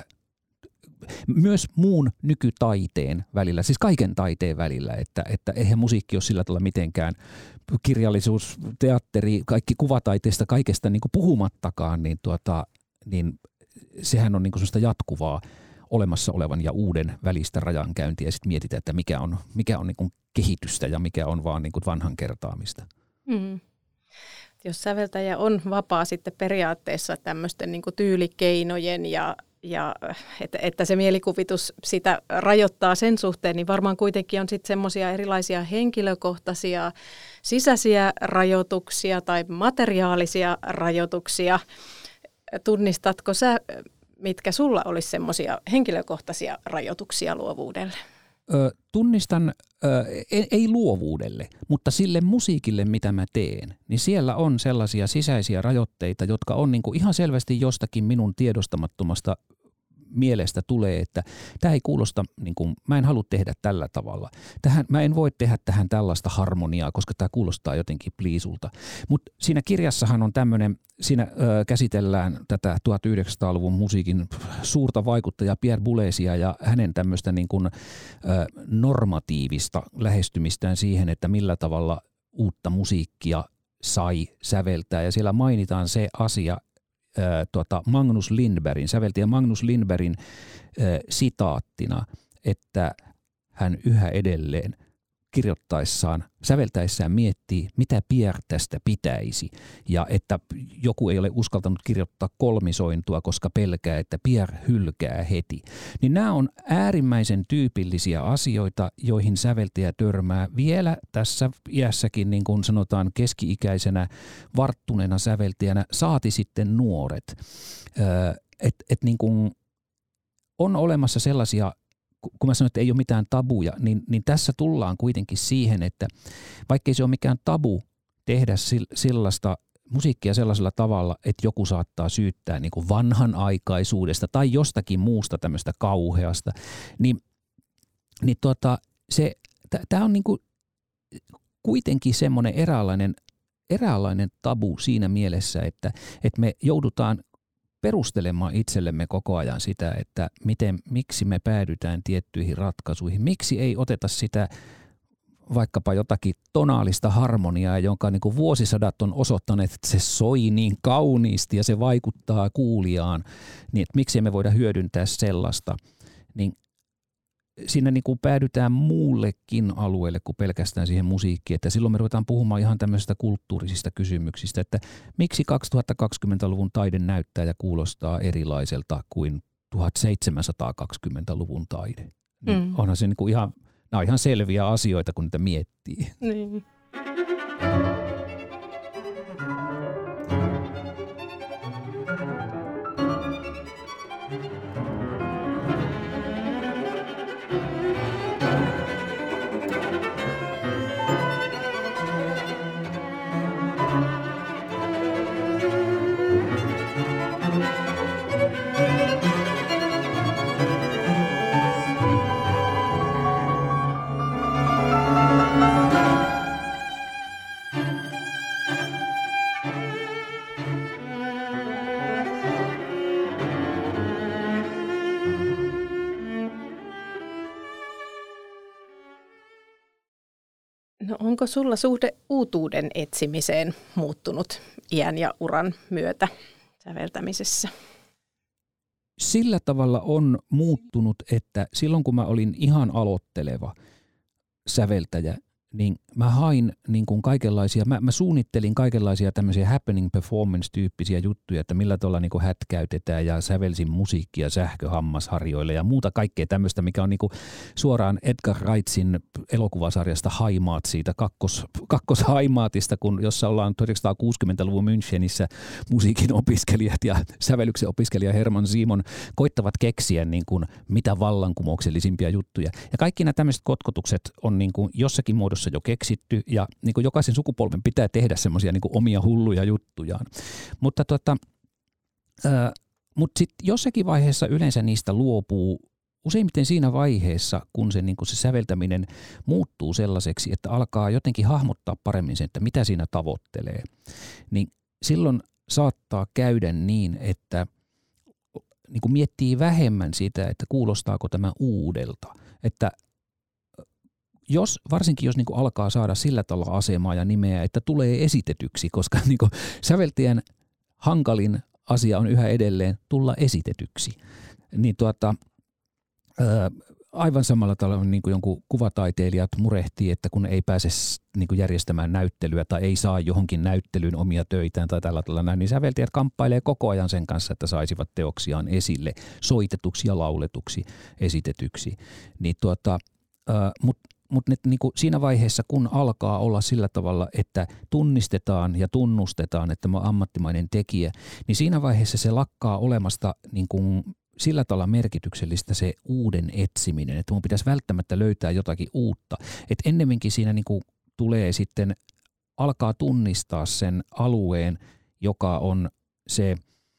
myös muun nykytaiteen välillä, siis kaiken taiteen välillä, että, että eihän musiikki ole sillä tavalla mitenkään kirjallisuus, teatteri, kaikki kuvataiteesta, kaikesta niin kuin puhumattakaan, niin, tuota, niin sehän on niin kuin semmoista jatkuvaa olemassa olevan ja uuden välistä rajankäyntiä ja sitten mietitään, että mikä on, mikä on niin kuin kehitystä ja mikä on vaan niin kuin vanhan kertaamista. Mm. Jos säveltäjä on vapaa sitten periaatteessa tämmöisten niin kuin tyylikeinojen ja, ja että, että se mielikuvitus sitä rajoittaa sen suhteen, niin varmaan kuitenkin on sitten semmoisia erilaisia henkilökohtaisia sisäisiä rajoituksia tai materiaalisia rajoituksia. Tunnistatko sä, mitkä sulla olisi semmoisia henkilökohtaisia rajoituksia luovuudelle? Ö, tunnistan, ö, ei, ei luovuudelle, mutta sille musiikille, mitä mä teen, niin siellä on sellaisia sisäisiä rajoitteita, jotka on niin kuin ihan selvästi jostakin minun tiedostamattomasta mielestä tulee, että tämä ei kuulosta, niin kuin, mä en halua tehdä tällä tavalla. Tähän, mä en voi tehdä tähän tällaista harmoniaa, koska tämä kuulostaa jotenkin pliisulta. Mutta siinä kirjassahan on tämmöinen, siinä ö, käsitellään tätä tuhatyhdeksänsataaluvun musiikin suurta vaikuttajaa Pierre Boulezia ja hänen tämmöistä niin kuin, ö, normatiivista lähestymistään siihen, että millä tavalla uutta musiikkia sai säveltää. Ja siellä mainitaan se asia, Tuota Magnus Lindbergin, säveltäjä Magnus Lindbergin äh, sitaattina, että hän yhä edelleen kirjoittaessaan, säveltäessään miettii, mitä Pierre tästä pitäisi, ja että joku ei ole uskaltanut kirjoittaa kolmisointua, koska pelkää, että Pierre hylkää heti. Niin nämä on äärimmäisen tyypillisiä asioita, joihin säveltäjä törmää vielä tässä iässäkin, niin kuin sanotaan keski-ikäisenä, varttuneena säveltäjänä, saati sitten nuoret. Että et niin kuin on olemassa sellaisia, kun mä sanon, että ei ole mitään tabuja, niin, niin tässä tullaan kuitenkin siihen, että vaikkei se ole mikään tabu tehdä sellaista musiikkia sellaisella tavalla, että joku saattaa syyttää niin kuin vanhanaikaisuudesta tai jostakin muusta tämmöistä kauheasta, niin, niin tuota, se, tämä on niin kuin kuitenkin semmoinen eräänlainen, eräänlainen tabu siinä mielessä, että, että me joudutaan perustelemaan itsellemme koko ajan sitä, että miten, miksi me päädytään tiettyihin ratkaisuihin. Miksi ei oteta sitä vaikkapa jotakin tonaalista harmoniaa, jonka niin kuin vuosisadat on osoittaneet, että se soi niin kauniisti ja se vaikuttaa kuulijaan, niin että miksi emme voida hyödyntää sellaista. Niin siinä niin kuin päädytään muullekin alueelle kuin pelkästään siihen musiikkiin, että silloin me ruvetaan puhumaan ihan tämmöisistä kulttuurisista kysymyksistä, että miksi kaksituhattakaksikymmentäluvun taide näyttää ja kuulostaa erilaiselta kuin tuhatseitsemänsataakaksikymmentäluvun taide. Niin mm. Onhan se niin kuin ihan, nämä on ihan selviä asioita, kun niitä miettii. Niin. No onko sulla suhde uutuuden etsimiseen muuttunut iän ja uran myötä säveltämisessä? Sillä tavalla on muuttunut, että silloin kun mä olin ihan aloitteleva säveltäjä, niin mä hain niin kuin kaikenlaisia, mä, mä suunnittelin kaikenlaisia tämmöisiä happening performance-tyyppisiä juttuja, että millä tavalla niin kuin hätkäytetään ja sävelsin musiikkia sähköhammasharjoille ja muuta kaikkea tämmöistä, mikä on niin kuin suoraan Edgar Wrightsin elokuvasarjasta Haimaat siitä kakkos, kakkoshaimaatista, kun, jossa ollaan tuhatyhdeksänsataakuusikymmentäluvun Münchenissä musiikin opiskelijat ja sävellyksen opiskelija Herman Simon koittavat keksiä niin kuin mitä vallankumouksellisimpia juttuja. Ja kaikki nämä tämmöiset kotkotukset on niin kuin jossakin muodossa jo keksitty ja niin kuin jokaisen sukupolven pitää tehdä semmoisia niin kuin omia hulluja juttujaan. Mutta tota, äh, mut sitten jossakin vaiheessa yleensä niistä luopuu, useimmiten siinä vaiheessa, kun se, niin kuin se säveltäminen muuttuu sellaiseksi, että alkaa jotenkin hahmottaa paremmin sen, että mitä siinä tavoittelee, niin silloin saattaa käydä niin, että niin kuin miettii vähemmän sitä, että kuulostaako tämä uudelta, että jos, varsinkin jos niin kuin alkaa saada sillä tavalla asemaa ja nimeä, että tulee esitetyksi, koska niin kuin säveltäjän hankalin asia on yhä edelleen tulla esitetyksi, niin tuota, ää, aivan samalla tavalla niin kuin jonkun kuvataiteilijat murehtii, että kun ei pääse niin kuin järjestämään näyttelyä tai ei saa johonkin näyttelyyn omia töitään tai tällä tavalla, niin säveltäjät kamppailee koko ajan sen kanssa, että saisivat teoksiaan esille soitetuksi ja lauletuksi, esitetyksi. Niin tuota, äh, Mutta mut niinku siinä vaiheessa, kun alkaa olla sillä tavalla, että tunnistetaan ja tunnustetaan, että mä oon ammattimainen tekijä, niin siinä vaiheessa se lakkaa olemasta niin kuin sillä tavalla merkityksellistä se uuden etsiminen, että mun pitäisi välttämättä löytää jotakin uutta. Että ennemminkin siinä niin kuin tulee sitten, alkaa tunnistaa sen alueen, joka on se,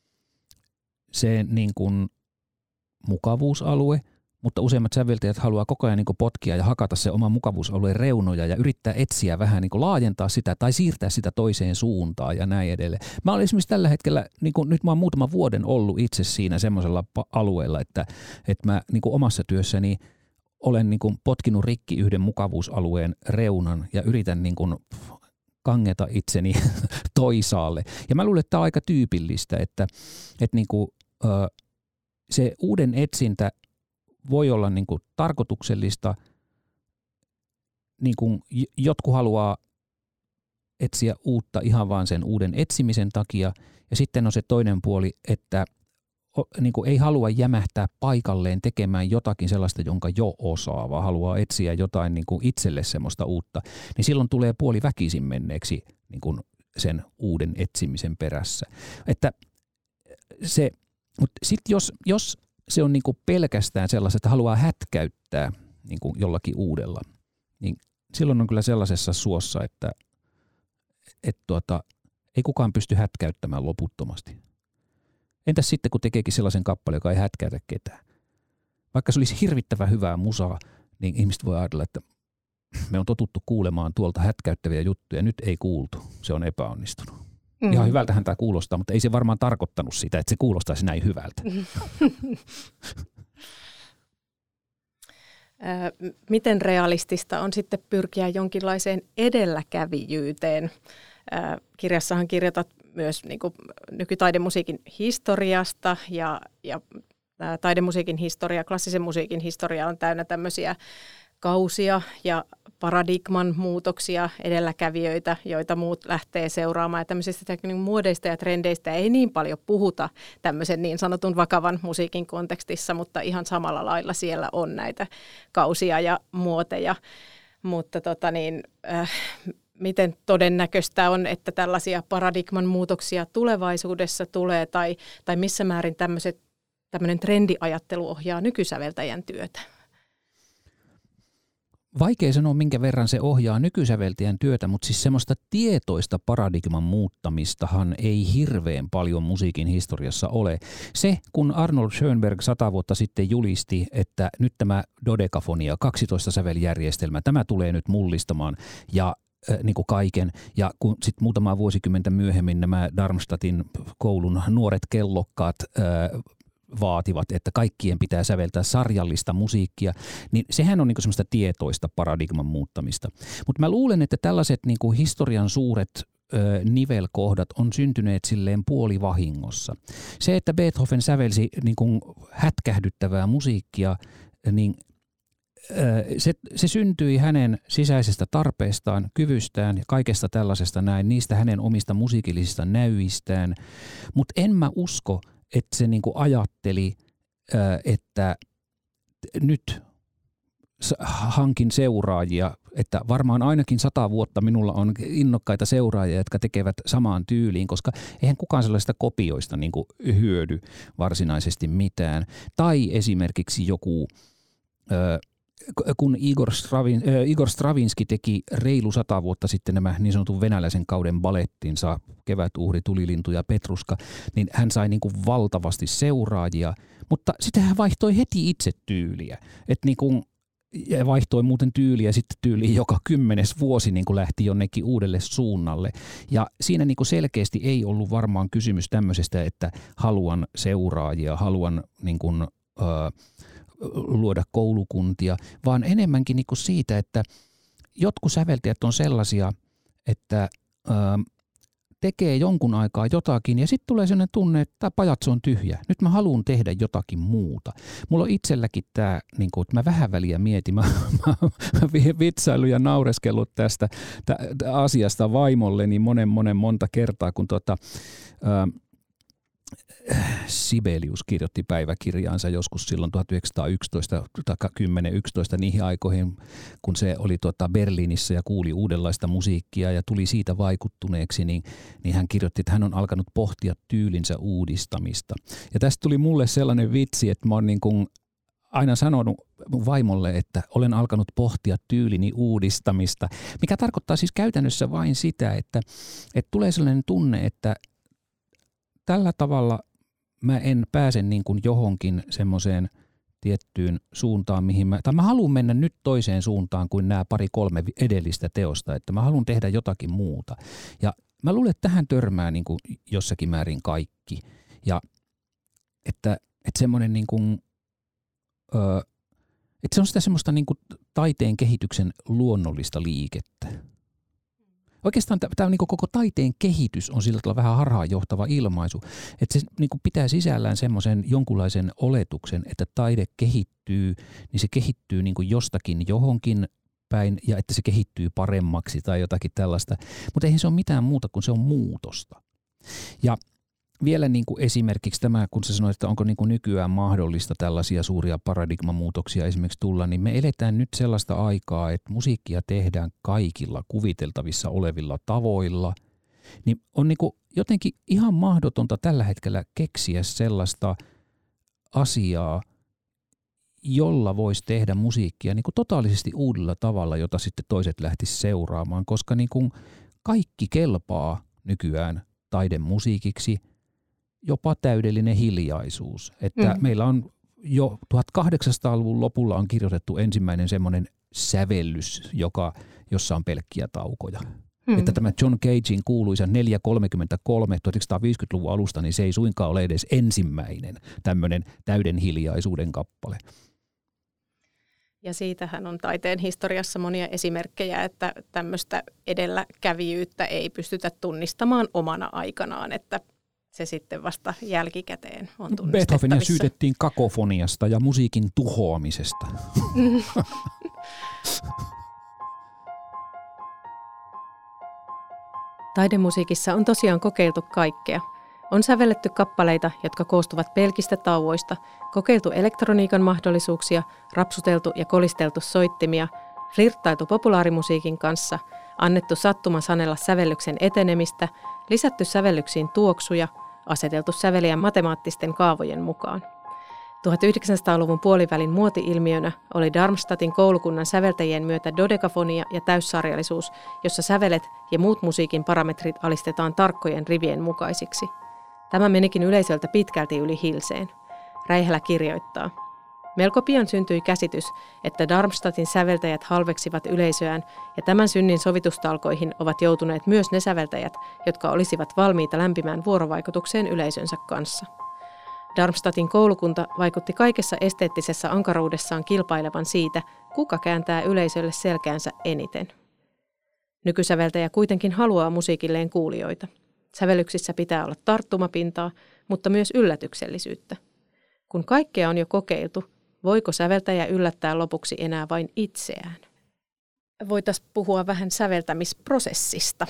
se niin kuin mukavuusalue, mutta useimmat säveltäjät haluaa koko ajan niin kuin potkia ja hakata se oman mukavuusalueen reunoja ja yrittää etsiä vähän niin kuin laajentaa sitä tai siirtää sitä toiseen suuntaan ja näin edelleen. Mä olen esimerkiksi tällä hetkellä, niin kuin nyt mä oon muutaman vuoden ollut itse siinä semmoisella alueella, että, että mä niin kuin omassa työssäni olen niin kuin potkinut rikki yhden mukavuusalueen reunan ja yritän niin kuin kangeta itseni toisaalle. Ja mä luulen, että tämä on aika tyypillistä, että, että niin kuin, se uuden etsintä voi olla niin kuin tarkoituksellista, niin kuin jotkut haluaa etsiä uutta ihan vaan sen uuden etsimisen takia, ja sitten on se toinen puoli, että niin kuin ei halua jämähtää paikalleen tekemään jotakin sellaista, jonka jo osaa, vaan haluaa etsiä jotain niin kuin itselle semmoista uutta, niin silloin tulee puoli väkisin menneeksi niin kuin sen uuden etsimisen perässä. Että se, mutta sitten jos, jos se on niin kuin pelkästään sellaista, että haluaa hätkäyttää niin kuin jollakin uudella, niin silloin on kyllä sellaisessa suossa, että et tuota, ei kukaan pysty hätkäyttämään loputtomasti. Entäs sitten, kun tekeekin sellaisen kappaleen, joka ei hätkäytä ketään? Vaikka se olisi hirvittävän hyvää musaa, niin ihmiset voi ajatella, että me on totuttu kuulemaan tuolta hätkäyttäviä juttuja, nyt ei kuultu, se on epäonnistunut. Mm. Ihan hyvältähän tämä kuulostaa, mutta ei se varmaan tarkoittanut sitä, että se kuulostaisi näin hyvältä. Miten realistista on sitten pyrkiä jonkinlaiseen edelläkävijyyteen? Kirjassahan kirjoitat myös niin kuin nykytaidemusiikin historiasta ja, ja taidemusiikin historia, klassisen musiikin historia on täynnä tämmöisiä kausia ja paradigman muutoksia, edelläkävijöitä, joita muut lähtee seuraamaan. Ja tämmöisistä muodeista ja trendeistä ei niin paljon puhuta tämmöisen niin sanotun vakavan musiikin kontekstissa, mutta ihan samalla lailla siellä on näitä kausia ja muoteja. Mutta tota niin, äh, miten todennäköistä on, että tällaisia paradigman muutoksia tulevaisuudessa tulee, tai, tai missä määrin tämmöiset, tämmöinen trendiajattelu ohjaa nykysäveltäjän työtä? Vaikea sanoa, minkä verran se ohjaa nykysäveltäjän työtä, mutta siis semmoista tietoista paradigman muuttamistahan ei hirveän paljon musiikin historiassa ole. Se, kun Arnold Schönberg sata vuotta sitten julisti, että nyt tämä dodekafonia, kaksitoista säveljärjestelmä, tämä tulee nyt mullistamaan ja äh, niin kuin kaiken. Ja kun sitten muutama vuosikymmentä myöhemmin nämä Darmstadtin koulun nuoret kellokkaat äh, vaativat, että kaikkien pitää säveltää sarjallista musiikkia, niin sehän on niinku semmoista tietoista paradigman muuttamista. Mutta mä luulen, että tällaiset niinku historian suuret ö, nivelkohdat on syntyneet silleen puolivahingossa. Se, että Beethoven sävelsi niinku hätkähdyttävää musiikkia, niin Se, se syntyi hänen sisäisestä tarpeestaan, kyvystään ja kaikesta tällaisesta näin, niistä hänen omista musiikillisista näyistään, mutta en mä usko, että se niinku ajatteli, että nyt hankin seuraajia, että varmaan ainakin sata vuotta minulla on innokkaita seuraajia, jotka tekevät samaan tyyliin, koska eihän kukaan sellaista kopioista niinku hyödy varsinaisesti mitään. Tai esimerkiksi joku, kun Igor, Stravin, Igor Stravinski teki reilu sata vuotta sitten nämä niin sanotun venäläisen kauden balettinsa, Kevätuhri, Tulilintu ja Petruska, niin hän sai niin kuin valtavasti seuraajia, mutta sitten hän vaihtoi heti itse tyyliä. Että niin kuin, ja vaihtoi muuten tyyliä sitten tyyliin joka kymmenes vuosi niin kuin lähti jonnekin uudelle suunnalle. Ja siinä niin kuin selkeästi ei ollut varmaan kysymys tämmöisestä, että haluan seuraajia, haluan niin kuin, öö, luoda koulukuntia, vaan enemmänkin niin kuin siitä, että jotkut säveltäjät on sellaisia, että öö, tekee jonkun aikaa jotakin ja sitten tulee sellainen tunne, että tämä pajatso on tyhjä. Nyt mä haluan tehdä jotakin muuta. Mulla on itselläkin tämä, niin kuin, että mä vähän väliä mietin, mä, mä, mä vitsailu ja naureskellut tästä tä, asiasta vaimolleni monen monen monta kertaa, kun tota, ää, Sibelius kirjoitti päiväkirjaansa joskus silloin tuhatyhdeksänsataayksitoista tai kymmenen yksitoista niihin aikoihin, kun se oli tuota Berliinissä ja kuuli uudenlaista musiikkia ja tuli siitä vaikuttuneeksi, niin, niin hän kirjoitti, että hän on alkanut pohtia tyylinsä uudistamista. Ja tästä tuli mulle sellainen vitsi, että mä oon niin kuin aina sanonut mun vaimolle, että olen alkanut pohtia tyylini uudistamista, mikä tarkoittaa siis käytännössä vain sitä, että, että tulee sellainen tunne, että tällä tavalla mä en pääse niin kuin johonkin semmoiseen tiettyyn suuntaan, mihin mä, tai mä haluan mennä nyt toiseen suuntaan kuin nämä pari kolme edellistä teosta, että mä haluan tehdä jotakin muuta. Ja mä luulen, että tähän törmää niin kuin jossakin määrin kaikki. Ja että, että semmoinen niin kuin, öö, että se on sitä semmoista niin kuin taiteen kehityksen luonnollista liikettä. Oikeastaan tämä niin koko taiteen kehitys on sillä tavalla vähän harhaanjohtava ilmaisu, että se niin pitää sisällään semmoisen jonkunlaisen oletuksen, että taide kehittyy, niin se kehittyy niin jostakin johonkin päin ja että se kehittyy paremmaksi tai jotakin tällaista, mutta eihän se ole mitään muuta kuin se on muutosta. Ja vielä niin kuin esimerkiksi tämä, kun sä sanoit, että onko niin kuin nykyään mahdollista tällaisia suuria paradigmamuutoksia esimerkiksi tulla, niin me eletään nyt sellaista aikaa, että musiikkia tehdään kaikilla kuviteltavissa olevilla tavoilla. Niin on niin kuin jotenkin ihan mahdotonta tällä hetkellä keksiä sellaista asiaa, jolla voisi tehdä musiikkia niin kuin totaalisesti uudella tavalla, jota sitten toiset lähtisivät seuraamaan, koska niin kuin kaikki kelpaa nykyään taidemusiikiksi, jopa täydellinen hiljaisuus. Että mm. meillä on jo tuhatkahdeksansataaluvun lopulla on kirjoitettu ensimmäinen semmoinen sävellys, joka, jossa on pelkkiä taukoja. Mm. Että tämä John Cagein kuuluisa neljä kolmekymmentäkolme tuhatyhdeksänsataaviisikymmentäluvun alusta, niin se ei suinkaan ole edes ensimmäinen tämmöinen täyden hiljaisuuden kappale. Ja siitähän on taiteen historiassa monia esimerkkejä, että tämmöistä edelläkävijyyttä ei pystytä tunnistamaan omana aikanaan, että se sitten vasta jälkikäteen on tunnistettavissa. Beethovenia syytettiin kakofoniasta ja musiikin tuhoamisesta. Taidemusiikissa on tosiaan kokeiltu kaikkea. On sävelletty kappaleita, jotka koostuvat pelkistä tauoista, kokeiltu elektroniikan mahdollisuuksia, rapsuteltu ja kolisteltu soittimia, flirttaitu populaarimusiikin kanssa, annettu sattuma sanella sävellyksen etenemistä, lisätty sävellyksiin tuoksuja, aseteltu sävelijän matemaattisten kaavojen mukaan. tuhatyhdeksänsataaluvun puolivälin muoti-ilmiönä oli Darmstadtin koulukunnan säveltäjien myötä dodekafonia ja täyssarjallisuus, jossa sävelet ja muut musiikin parametrit alistetaan tarkkojen rivien mukaisiksi. Tämä menikin yleisöltä pitkälti yli hilseen. Räihälä kirjoittaa: melko pian syntyi käsitys, että Darmstadtin säveltäjät halveksivat yleisöään ja tämän synnin sovitustalkoihin ovat joutuneet myös ne säveltäjät, jotka olisivat valmiita lämpimään vuorovaikutukseen yleisönsä kanssa. Darmstadtin koulukunta vaikutti kaikessa esteettisessä ankaruudessaan kilpailevan siitä, kuka kääntää yleisölle selkäänsä eniten. Nykysäveltäjä kuitenkin haluaa musiikilleen kuulijoita. Sävellyksissä pitää olla tarttumapintaa, mutta myös yllätyksellisyyttä. Kun kaikkea on jo kokeiltu, voiko säveltäjä yllättää lopuksi enää vain itseään? Voitaisiin puhua vähän säveltämisprosessista.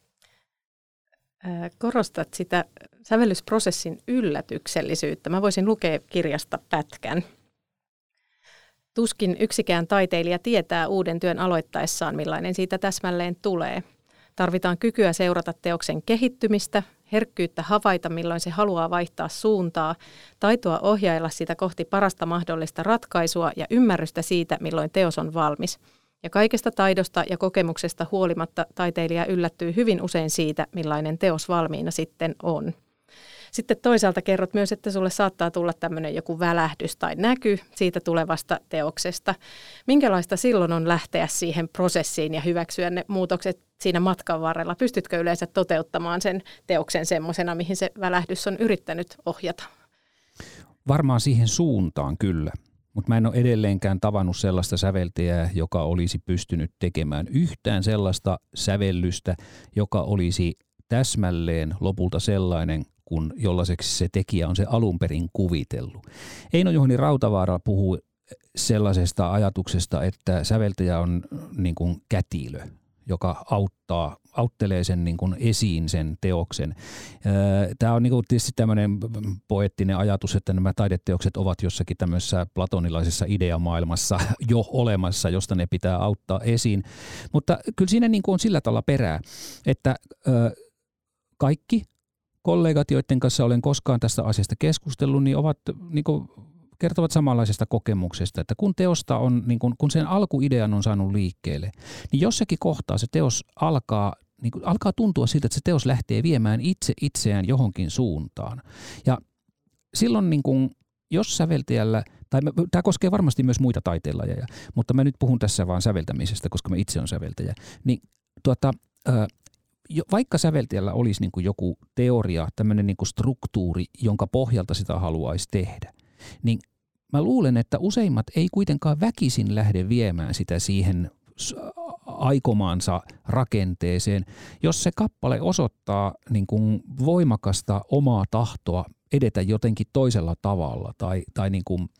Korostat sitä sävellysprosessin yllätyksellisyyttä. Mä voisin lukea kirjasta pätkän. Tuskin yksikään taiteilija tietää uuden työn aloittaessaan, millainen siitä täsmälleen tulee. Tarvitaan kykyä seurata teoksen kehittymistä, herkkyyttä havaita, milloin se haluaa vaihtaa suuntaa, taitoa ohjailla sitä kohti parasta mahdollista ratkaisua ja ymmärrystä siitä, milloin teos on valmis. Ja kaikesta taidosta ja kokemuksesta huolimatta taiteilija yllättyy hyvin usein siitä, millainen teos valmiina sitten on. Sitten toisaalta kerrot myös, että sulle saattaa tulla tämmöinen joku välähdys tai näky siitä tulevasta teoksesta. Minkälaista silloin on lähteä siihen prosessiin ja hyväksyä ne muutokset siinä matkan varrella? Pystytkö yleensä toteuttamaan sen teoksen semmoisena, mihin se välähdys on yrittänyt ohjata? Varmaan siihen suuntaan kyllä. Mutta mä en ole edelleenkään tavannut sellaista säveltäjää, joka olisi pystynyt tekemään yhtään sellaista sävellystä, joka olisi täsmälleen lopulta sellainen, kun jollaiseksi se tekijä on se alun perin kuvitellut. Eino Juhani Rautavaara puhuu sellaisesta ajatuksesta, että säveltäjä on niin kuin kätilö, joka auttaa, auttelee sen niin kuin esiin sen teoksen. Tämä on niin kuin tietysti tämmöinen poeettinen ajatus, että nämä taideteokset ovat jossakin tämmöisessä platonilaisessa ideamaailmassa jo olemassa, josta ne pitää auttaa esiin. Mutta kyllä siinä niin kuin on sillä tavalla perää, että kaikki kollegat, joiden kanssa olen koskaan tästä asiasta keskustellut, niin ovat niin kuin kertovat samanlaisesta kokemuksesta, että kun teosta on, niin kun, kun sen alkuidean on saanut liikkeelle, niin jossakin kohtaa se teos alkaa, niin kun, alkaa tuntua siltä, että se teos lähtee viemään itse itseään johonkin suuntaan. Ja silloin, niin kun, jos säveltäjällä, tai mä, tämä koskee varmasti myös muita taiteenlajeja, mutta mä nyt puhun tässä vaan säveltämisestä, koska mä itse olen säveltäjä, niin tuota, ää, vaikka säveltäjällä olisi niin kun joku teoria, tämmöinen niin kun struktuuri, jonka pohjalta sitä haluaisi tehdä, niin mä luulen, että useimmat ei kuitenkaan väkisin lähde viemään sitä siihen aikomaansa rakenteeseen, jos se kappale osoittaa niin kuin voimakasta omaa tahtoa edetä jotenkin toisella tavalla tai, tai niin kuin,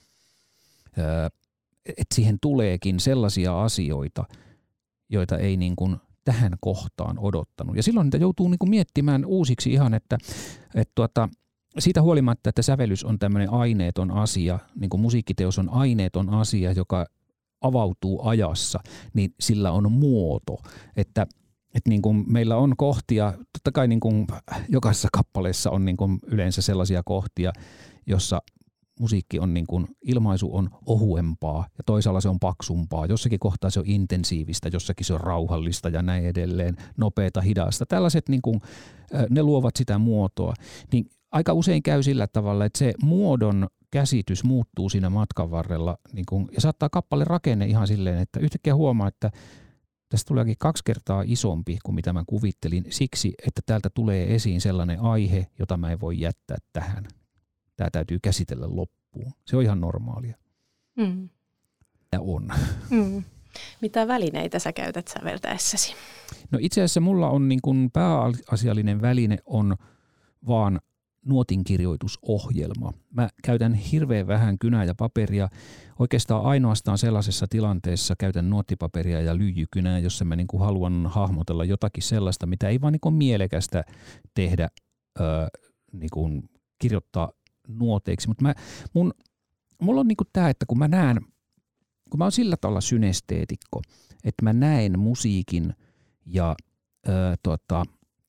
että siihen tuleekin sellaisia asioita, joita ei niin kuin tähän kohtaan odottanut. Ja silloin niitä joutuu niin kuin miettimään uusiksi ihan, että, että tuota, siitä huolimatta, että sävellys on tämmöinen aineeton asia, niin kuin musiikkiteos on aineeton asia, joka avautuu ajassa, niin sillä on muoto. Että, että niin kuin meillä on kohtia, totta kai niin kuin jokaisessa kappaleessa on niin kuin yleensä sellaisia kohtia, jossa musiikki on niin kuin, ilmaisu on ohuempaa ja toisaalla se on paksumpaa. Jossakin kohtaa se on intensiivistä, jossakin se on rauhallista ja näin edelleen, nopeata, hidasta. Tällaiset niin kuin, ne luovat sitä muotoa. Niin aika usein käy sillä tavalla, että se muodon käsitys muuttuu siinä matkan varrella niin kun, ja saattaa kappale rakenne ihan silleen, että yhtäkkiä huomaa, että tästä tuleekin kaksi kertaa isompi kuin mitä mä kuvittelin siksi, että täältä tulee esiin sellainen aihe, jota mä en voi jättää tähän. Tämä täytyy käsitellä loppuun. Se on ihan normaalia. Mm. Ja on. Mm. Mitä välineitä sä käytät säveltäessäsi? No itse asiassa mulla on niin kun pääasiallinen väline on vaan nuotinkirjoitusohjelma. Mä käytän hirveän vähän kynää ja paperia. Oikeastaan ainoastaan sellaisessa tilanteessa käytän nuottipaperia ja lyijykynää, jossa mä niin kuin haluan hahmotella jotakin sellaista, mitä ei vaan niin kuin mielekästä tehdä, öö, niin kuin kirjoittaa nuoteiksi. Mutta mä, mun, mulla on niin kuin tämä, että kun mä näen, kun mä oon sillä tavalla synesteetikko, että mä näen musiikin ja öö, tota,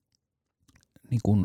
niin kuin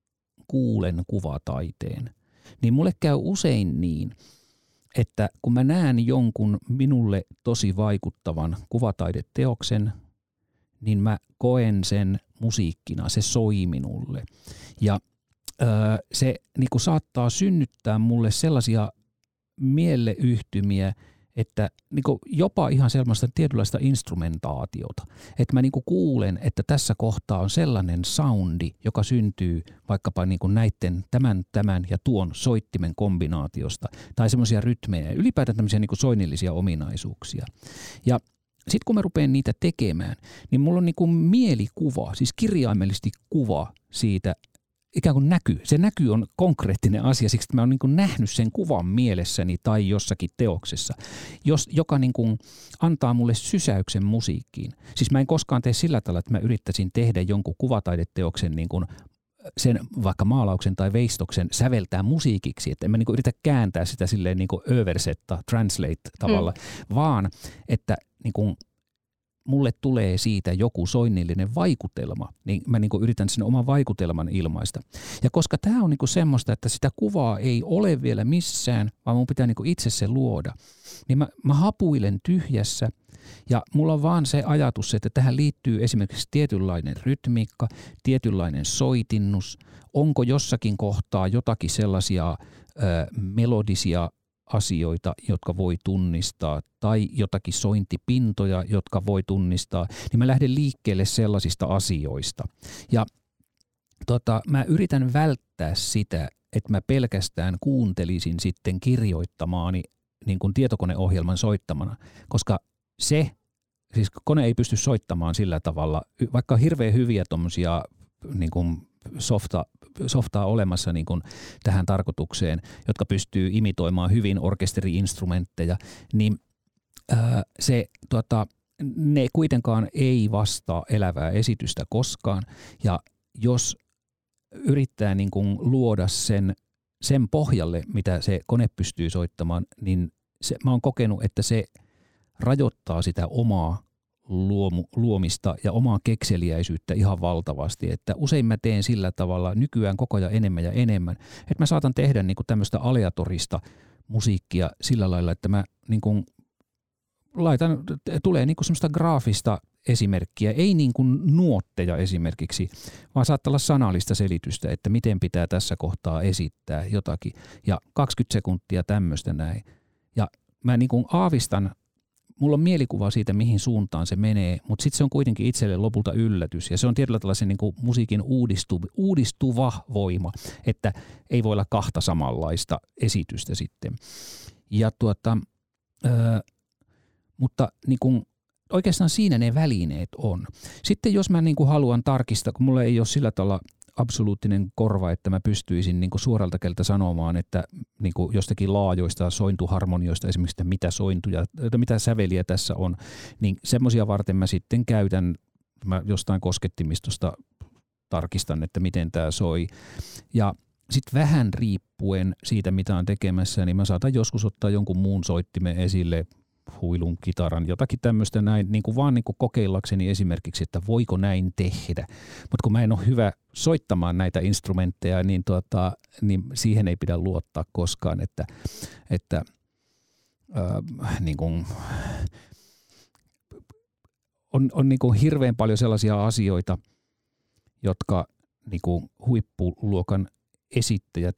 kuulen kuvataiteen, niin mulle käy usein niin, että kun mä näen jonkun minulle tosi vaikuttavan kuvataideteoksen, niin mä koen sen musiikkina, se soi minulle. Ja öö, se niin kuin saattaa synnyttää mulle sellaisia mieleyhtymiä, että niin kuin jopa ihan sellaista tietynlaista instrumentaatiota. Että mä niin kuin kuulen, että tässä kohtaa on sellainen soundi, joka syntyy vaikkapa niin kuin näiden tämän, tämän ja tuon soittimen kombinaatiosta. Tai semmoisia rytmejä, ylipäätään tämmöisiä niin kuin soinnillisia ominaisuuksia. Ja sitten kun mä rupean niitä tekemään, niin mulla on niin kuin mielikuva, siis kirjaimellisesti kuva siitä, ikään kuin näky. Se näky on konkreettinen asia, siksi että mä oon niin kuin nähnyt sen kuvan mielessäni tai jossakin teoksessa, jos, joka niin kuin antaa mulle sysäyksen musiikkiin. Siis mä en koskaan tee sillä tavalla, että mä yrittäisin tehdä jonkun kuvataideteoksen niin kuin sen vaikka maalauksen tai veistoksen säveltää musiikiksi, että en mä niin kuin yritä kääntää sitä silleen niin kuin översetta, translate tavalla, hmm. vaan että niin kuin mulle tulee siitä joku soinnillinen vaikutelma, niin mä niin kuin yritän sen oman vaikutelman ilmaista. Ja koska tämä on niin kuin semmoista, että sitä kuvaa ei ole vielä missään, vaan mun pitää niin kuin itse se luoda, niin mä, mä hapuilen tyhjässä ja mulla on vaan se ajatus, että tähän liittyy esimerkiksi tietynlainen rytmiikka, tietynlainen soitinnus, onko jossakin kohtaa jotakin sellaisia ö, melodisia asioita, jotka voi tunnistaa, tai jotakin sointipintoja, jotka voi tunnistaa, niin mä lähden liikkeelle sellaisista asioista. Ja tota, mä yritän välttää sitä, että mä pelkästään kuuntelisin sitten kirjoittamaani niin kuin tietokoneohjelman soittamana, koska se, siis kone ei pysty soittamaan sillä tavalla, vaikka on hirveän hyviä tommosia niin kuin softa, softaa olemassa niin kuin tähän tarkoitukseen, jotka pystyy imitoimaan hyvin orkesteri-instrumentteja, niin ää, se, tota, ne kuitenkaan ei vastaa elävää esitystä koskaan. Ja jos yrittää niin kuin luoda sen, sen pohjalle, mitä se kone pystyy soittamaan, niin se, mä oon kokenut, että se rajoittaa sitä omaa luomu, luomista ja omaa kekseliäisyyttä ihan valtavasti. Että usein mä teen sillä tavalla nykyään koko ajan enemmän ja enemmän, että mä saatan tehdä niin kuin tämmöistä aleatorista musiikkia sillä lailla, että mä niin kuin laitan, tulee niin kuin semmoista graafista esimerkkiä, ei niin kuin nuotteja esimerkiksi, vaan saattaa olla sanallista selitystä, että miten pitää tässä kohtaa esittää jotakin ja kaksikymmentä sekuntia tämmöistä näin. Ja mä niin kuin aavistan, mulla on mielikuva siitä, mihin suuntaan se menee, mutta sitten se on kuitenkin itselle lopulta yllätys. Ja se on tietyllä tavalla se niin kuin musiikin uudistuva, uudistuva voima, että ei voi olla kahta samanlaista esitystä sitten. Ja tuota, ää, mutta niin kuin oikeastaan siinä ne välineet on. Sitten jos mä niin kuin haluan tarkistaa, kun mulla ei ole sillä tavalla absoluuttinen korva, että mä pystyisin niin kuin suoralta kädeltä sanomaan, että niin kuin jostakin laajoista sointuharmonioista esimerkiksi, että mitä sointuja, että mitä säveliä tässä on, niin semmoisia varten mä sitten käytän, mä jostain kosketimistosta tarkistan, että miten tämä soi. Ja sitten vähän riippuen siitä, mitä on tekemässä, niin mä saatan joskus ottaa jonkun muun soittimen esille, huilun, kitaran, jotakin tämmöistä näin, niin kuin vaan niin kuin kokeillakseni esimerkiksi, että voiko näin tehdä. Mutta kun mä en ole hyvä soittamaan näitä instrumentteja, niin, tuota, niin siihen ei pidä luottaa koskaan, että, että äh, niin kuin, on, on niin kuin hirveän paljon sellaisia asioita, jotka niin kuin huippuluokan esittäjät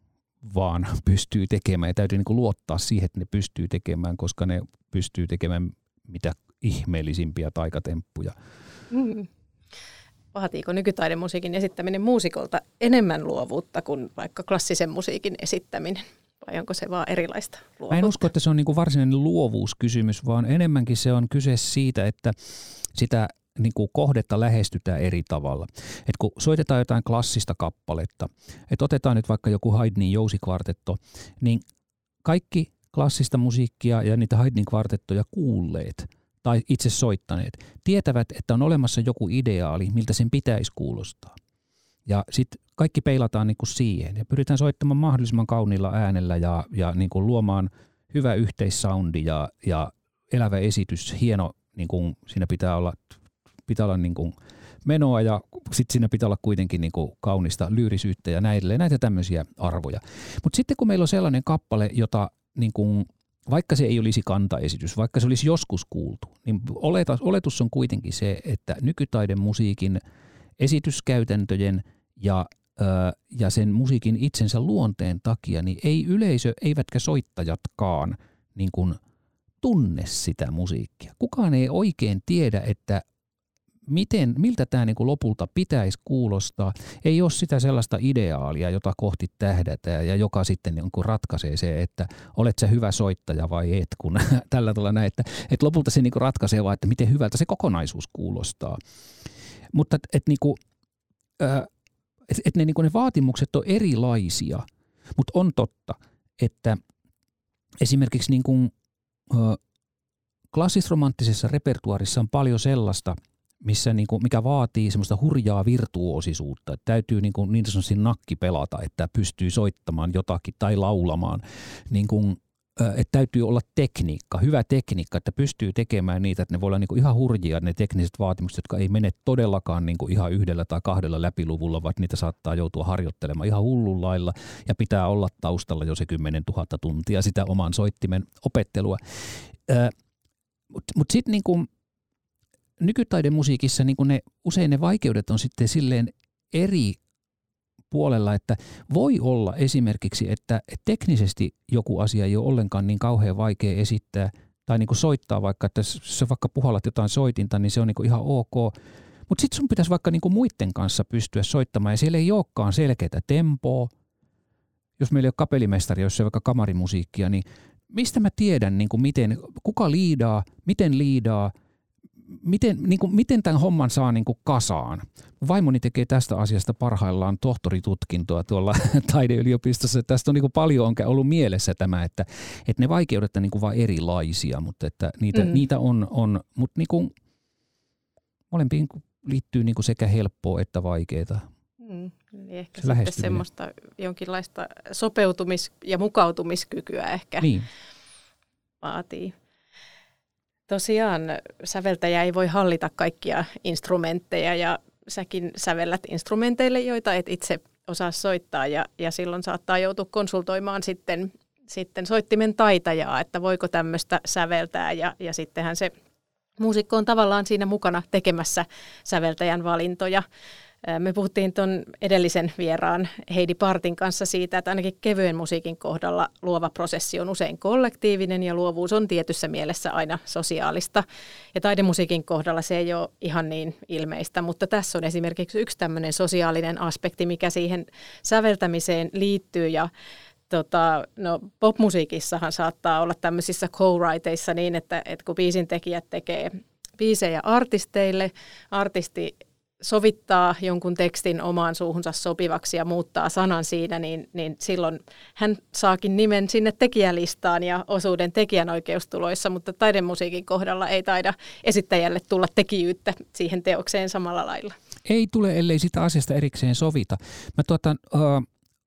vaan pystyy tekemään ja täytyy niinku luottaa siihen, että ne pystyy tekemään, koska ne pystyy tekemään mitä ihmeellisimpiä taikatemppuja. Mm. Vaatiiko nykytaidemusiikin esittäminen muusikolta enemmän luovuutta kuin vaikka klassisen musiikin esittäminen? Vai onko se vaan erilaista luovuutta? Mä en usko, että se on niinku varsinainen luovuuskysymys, vaan enemmänkin se on kyse siitä, että sitä niin kuin kohdetta lähestytään eri tavalla. Et kun soitetaan jotain klassista kappaletta, että otetaan nyt vaikka joku Haydnin jousikvartetto, niin kaikki klassista musiikkia ja niitä Haydnin kvartettoja kuulleet tai itse soittaneet tietävät, että on olemassa joku ideaali, miltä sen pitäisi kuulostaa. Ja sitten kaikki peilataan niin kuin siihen ja pyritään soittamaan mahdollisimman kauniilla äänellä ja, ja niin kuin luomaan hyvä yhteissoundi ja, ja elävä esitys, hieno, niin kuin siinä pitää olla pitää olla niin kuin menoa ja sitten siinä pitää olla kuitenkin niin kuin kaunista lyyrisyyttä ja näille, näitä tämmöisiä arvoja. Mutta sitten kun meillä on sellainen kappale, jota niin kuin, vaikka se ei olisi kantaesitys, vaikka se olisi joskus kuultu, niin oletus, oletus on kuitenkin se, että nykytaidemusiikin esityskäytäntöjen ja, ö, ja sen musiikin itsensä luonteen takia, niin ei yleisö, eivätkä soittajatkaan niin kuin tunne sitä musiikkia. Kukaan ei oikein tiedä, että Miten, miltä tämä niinku lopulta pitäisi kuulostaa. Ei ole sitä sellaista ideaalia, jota kohti tähdätään ja joka sitten niinku ratkaisee se, että olet sä hyvä soittaja vai et, kun tällä tavalla näin, että, että lopulta se niinku ratkaisee vaan, että miten hyvältä se kokonaisuus kuulostaa. Mutta et, et niinku, äh, et, et ne, niinku ne vaatimukset on erilaisia, mutta on totta, että esimerkiksi niinku, äh, klassisromanttisessa repertuaarissa on paljon sellaista, missä niinku, mikä vaatii semmoista hurjaa virtuoosisuutta, että täytyy niinku, niin sanotusti nakki pelata, että pystyy soittamaan jotakin tai laulamaan, niinku, että täytyy olla tekniikka, hyvä tekniikka, että pystyy tekemään niitä, että ne voi olla niinku ihan hurjia ne tekniset vaatimukset, jotka ei mene todellakaan niinku ihan yhdellä tai kahdella läpiluvulla, vaan niitä saattaa joutua harjoittelemaan ihan hullun lailla ja pitää olla taustalla jo se kymmenen tuhatta tuntia sitä oman soittimen opettelua. Mutta mut sitten niinku nykytaidemusiikissa niin ne, usein ne vaikeudet on sitten silleen eri puolella, että voi olla esimerkiksi, että teknisesti joku asia ei ole ollenkaan niin kauhean vaikea esittää tai niin kuin soittaa vaikka, että jos vaikka puhallat jotain soitinta, niin se on niin kuin ihan ok. Mutta sitten sun pitäisi vaikka niin kuin muiden kanssa pystyä soittamaan ja siellä ei olekaan selkeää tempoa. Jos meillä ei ole kapellimestari, jos se on vaikka kamarimusiikkia, niin mistä mä tiedän, niin kuin miten, kuka liidaa, miten liidaa, miten, niin kuin, miten tämän homman saa niin kuin kasaan? Vaimoni tekee tästä asiasta parhaillaan tohtoritutkintoa tuolla taideyliopistossa. Tästä on niin kuin paljon on ollut mielessä tämä, että, että ne vaikeudet on niin kuin vain erilaisia, mutta että niitä, mm. niitä on, on mutta niin kuin, molempiin liittyy niin kuin sekä helppoa että vaikeaa. Mm. Eli ehkä se sitten semmoista jonkinlaista sopeutumis- ja mukautumiskykyä ehkä niin vaatii. Tosiaan säveltäjä ei voi hallita kaikkia instrumentteja ja säkin sävellät instrumenteille, joita et itse osaa soittaa ja, ja silloin saattaa joutua konsultoimaan sitten, sitten soittimen taitajaa, että voiko tämmöistä säveltää ja, ja sittenhän se muusikko on tavallaan siinä mukana tekemässä säveltäjän valintoja. Me puhuttiin tuon edellisen vieraan Heidi Partin kanssa siitä, että ainakin kevyen musiikin kohdalla luova prosessi on usein kollektiivinen ja luovuus on tietyssä mielessä aina sosiaalista. Ja taidemusiikin kohdalla se ei ole ihan niin ilmeistä, mutta tässä on esimerkiksi yksi tämmöinen sosiaalinen aspekti, mikä siihen säveltämiseen liittyy ja Tota, no, popmusiikissahan saattaa olla tämmöisissä co-writeissa niin, että, että kun biisintekijät tekee biisejä artisteille, artisti sovittaa jonkun tekstin omaan suuhunsa sopivaksi ja muuttaa sanan siinä, niin, niin silloin hän saakin nimen sinne tekijälistaan ja osuuden tekijänoikeustuloissa, mutta taidemusiikin kohdalla ei taida esittäjälle tulla tekijyyttä siihen teokseen samalla lailla. Ei tule, ellei sitä asiasta erikseen sovita. Mä tuota, uh...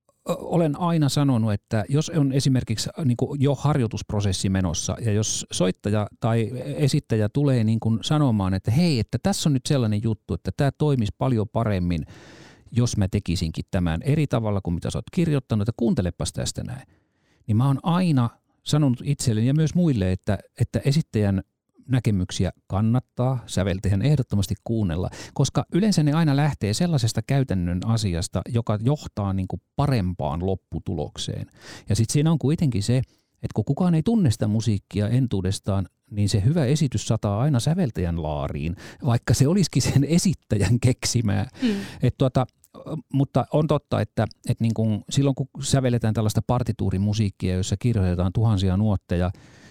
olen aina sanonut, että jos on esimerkiksi niin kuin jo harjoitusprosessi menossa ja jos soittaja tai esittäjä tulee niin kuin sanomaan, että hei, että tässä on nyt sellainen juttu, että tämä toimisi paljon paremmin, jos mä tekisinkin tämän eri tavalla kuin mitä sä oot kirjoittanut, että kuuntelepas tästä näin. Niin mä oon aina sanonut itselleni ja myös muille, että, että esittäjän näkemyksiä kannattaa säveltäjän ehdottomasti kuunnella, koska yleensä ne aina lähtee sellaisesta käytännön asiasta, joka johtaa niin kuin parempaan lopputulokseen. Ja sitten siinä on kuitenkin se, että kun kukaan ei tunne sitä musiikkia entuudestaan, niin se hyvä esitys sataa aina säveltäjän laariin, vaikka se olisikin sen esittäjän keksimää. Mm. Et tuota, mutta on totta, että, että niin kuin silloin kun sävelletään tällaista partituurimusiikkia, jossa kirjoitetaan tuhansia nuotteja,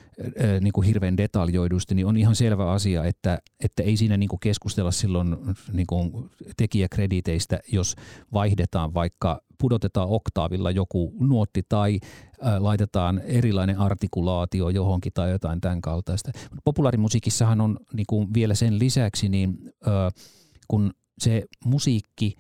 niin kuin hirveän detaljoidusti, niin on ihan selvä asia, että, että ei siinä niin kuin keskustella silloin niin kuin tekijäkrediteistä, jos vaihdetaan vaikka, pudotetaan oktaavilla joku nuotti tai ä, laitetaan erilainen artikulaatio johonkin tai jotain tämän kaltaista. Populaarimusiikissahan on niin kuin vielä sen lisäksi, niin ä, kun se musiikki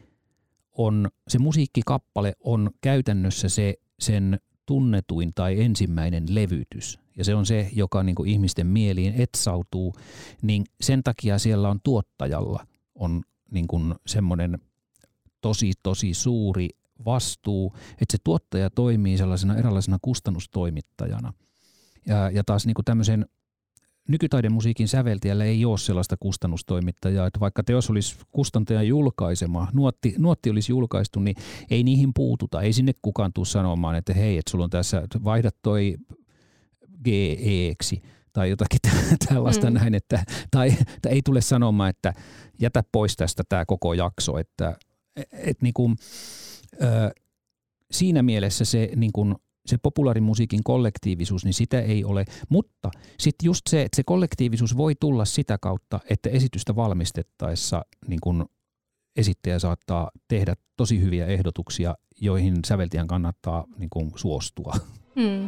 on, se musiikkikappale on käytännössä se sen tunnetuin tai ensimmäinen levytys, ja se on se, joka niin kuin ihmisten mieliin etsautuu, niin sen takia siellä on tuottajalla on niin kuin semmoinen tosi, tosi suuri vastuu, että se tuottaja toimii sellaisena eräänlaisena kustannustoimittajana. Ja, ja taas niin kuin tämmöisen nykytaidemusiikin säveltäjällä ei ole sellaista kustannustoimittajaa, että vaikka teos olisi kustantajan julkaisema, nuotti, nuotti olisi julkaistu, niin ei niihin puututa. Ei sinne kukaan tule sanomaan, että hei, että sulla on tässä, vaihda toi G E-ksi tai jotakin tällaista mm. näin, että, tai, tai ei tule sanomaan, että jätä pois tästä tämä koko jakso, että et niin kuin, ö, siinä mielessä se niin kuin se populaarimusiikin kollektiivisuus, niin sitä ei ole, mutta sitten just se, että se kollektiivisuus voi tulla sitä kautta, että esitystä valmistettaessa niin kun esittäjä saattaa tehdä tosi hyviä ehdotuksia, joihin säveltäjän kannattaa niin kun suostua. Hmm.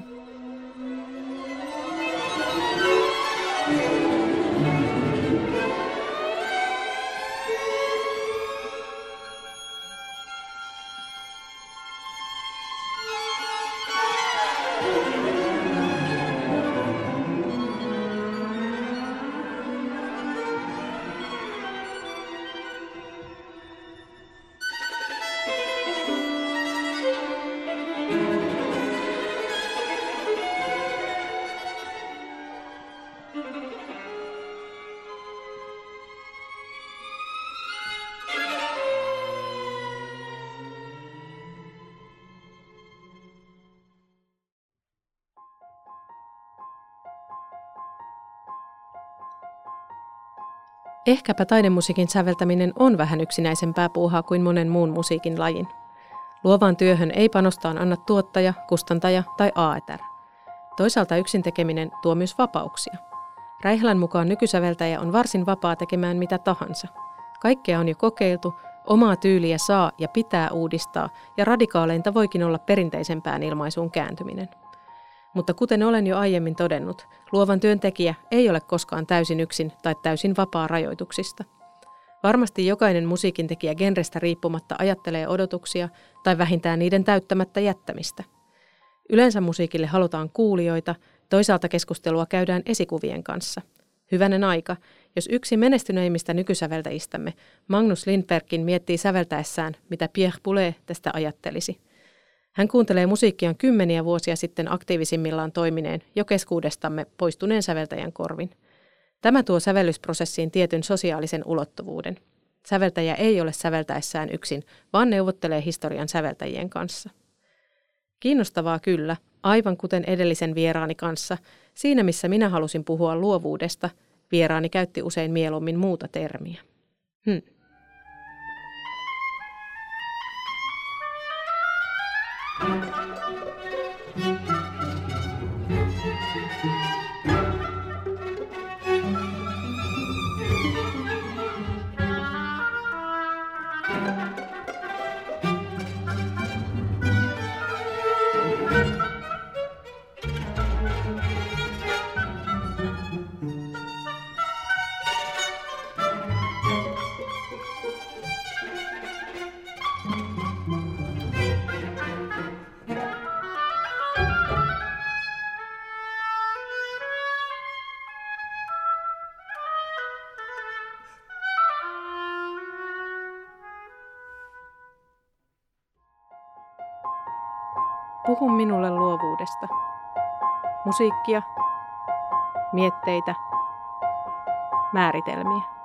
Ehkäpä taidemusiikin säveltäminen on vähän yksinäisempää puuhaa kuin monen muun musiikin lajin. Luovaan työhön ei panostaan anna tuottaja, kustantaja tai A E T R. Toisaalta yksin tekeminen tuo myös vapauksia. Räihlän mukaan nykysäveltäjä on varsin vapaa tekemään mitä tahansa. Kaikkea on jo kokeiltu, omaa tyyliä saa ja pitää uudistaa, ja radikaaleinta voikin olla perinteisempään ilmaisuun kääntyminen. Mutta kuten olen jo aiemmin todennut, luovan työntekijä ei ole koskaan täysin yksin tai täysin vapaa rajoituksista. Varmasti jokainen musiikintekijä genrestä riippumatta ajattelee odotuksia tai vähintään niiden täyttämättä jättämistä. Yleensä musiikille halutaan kuulijoita, toisaalta keskustelua käydään esikuvien kanssa. Hyvänen aika, jos yksi menestyneimmistä nykysäveltäjistämme, Magnus Lindbergkin miettii säveltäessään, mitä Pierre Boulez tästä ajattelisi. Hän kuuntelee musiikkia kymmeniä vuosia sitten aktiivisimmillaan toimineen, jo keskuudestamme poistuneen säveltäjän korvin. Tämä tuo sävellysprosessiin tietyn sosiaalisen ulottuvuuden. Säveltäjä ei ole säveltäessään yksin, vaan neuvottelee historian säveltäjien kanssa. Kiinnostavaa kyllä, aivan kuten edellisen vieraani kanssa, siinä missä minä halusin puhua luovuudesta, vieraani käytti usein mieluummin muuta termiä. Hmm. Puhu minulle luovuudesta. Musiikkia, mietteitä, määritelmiä.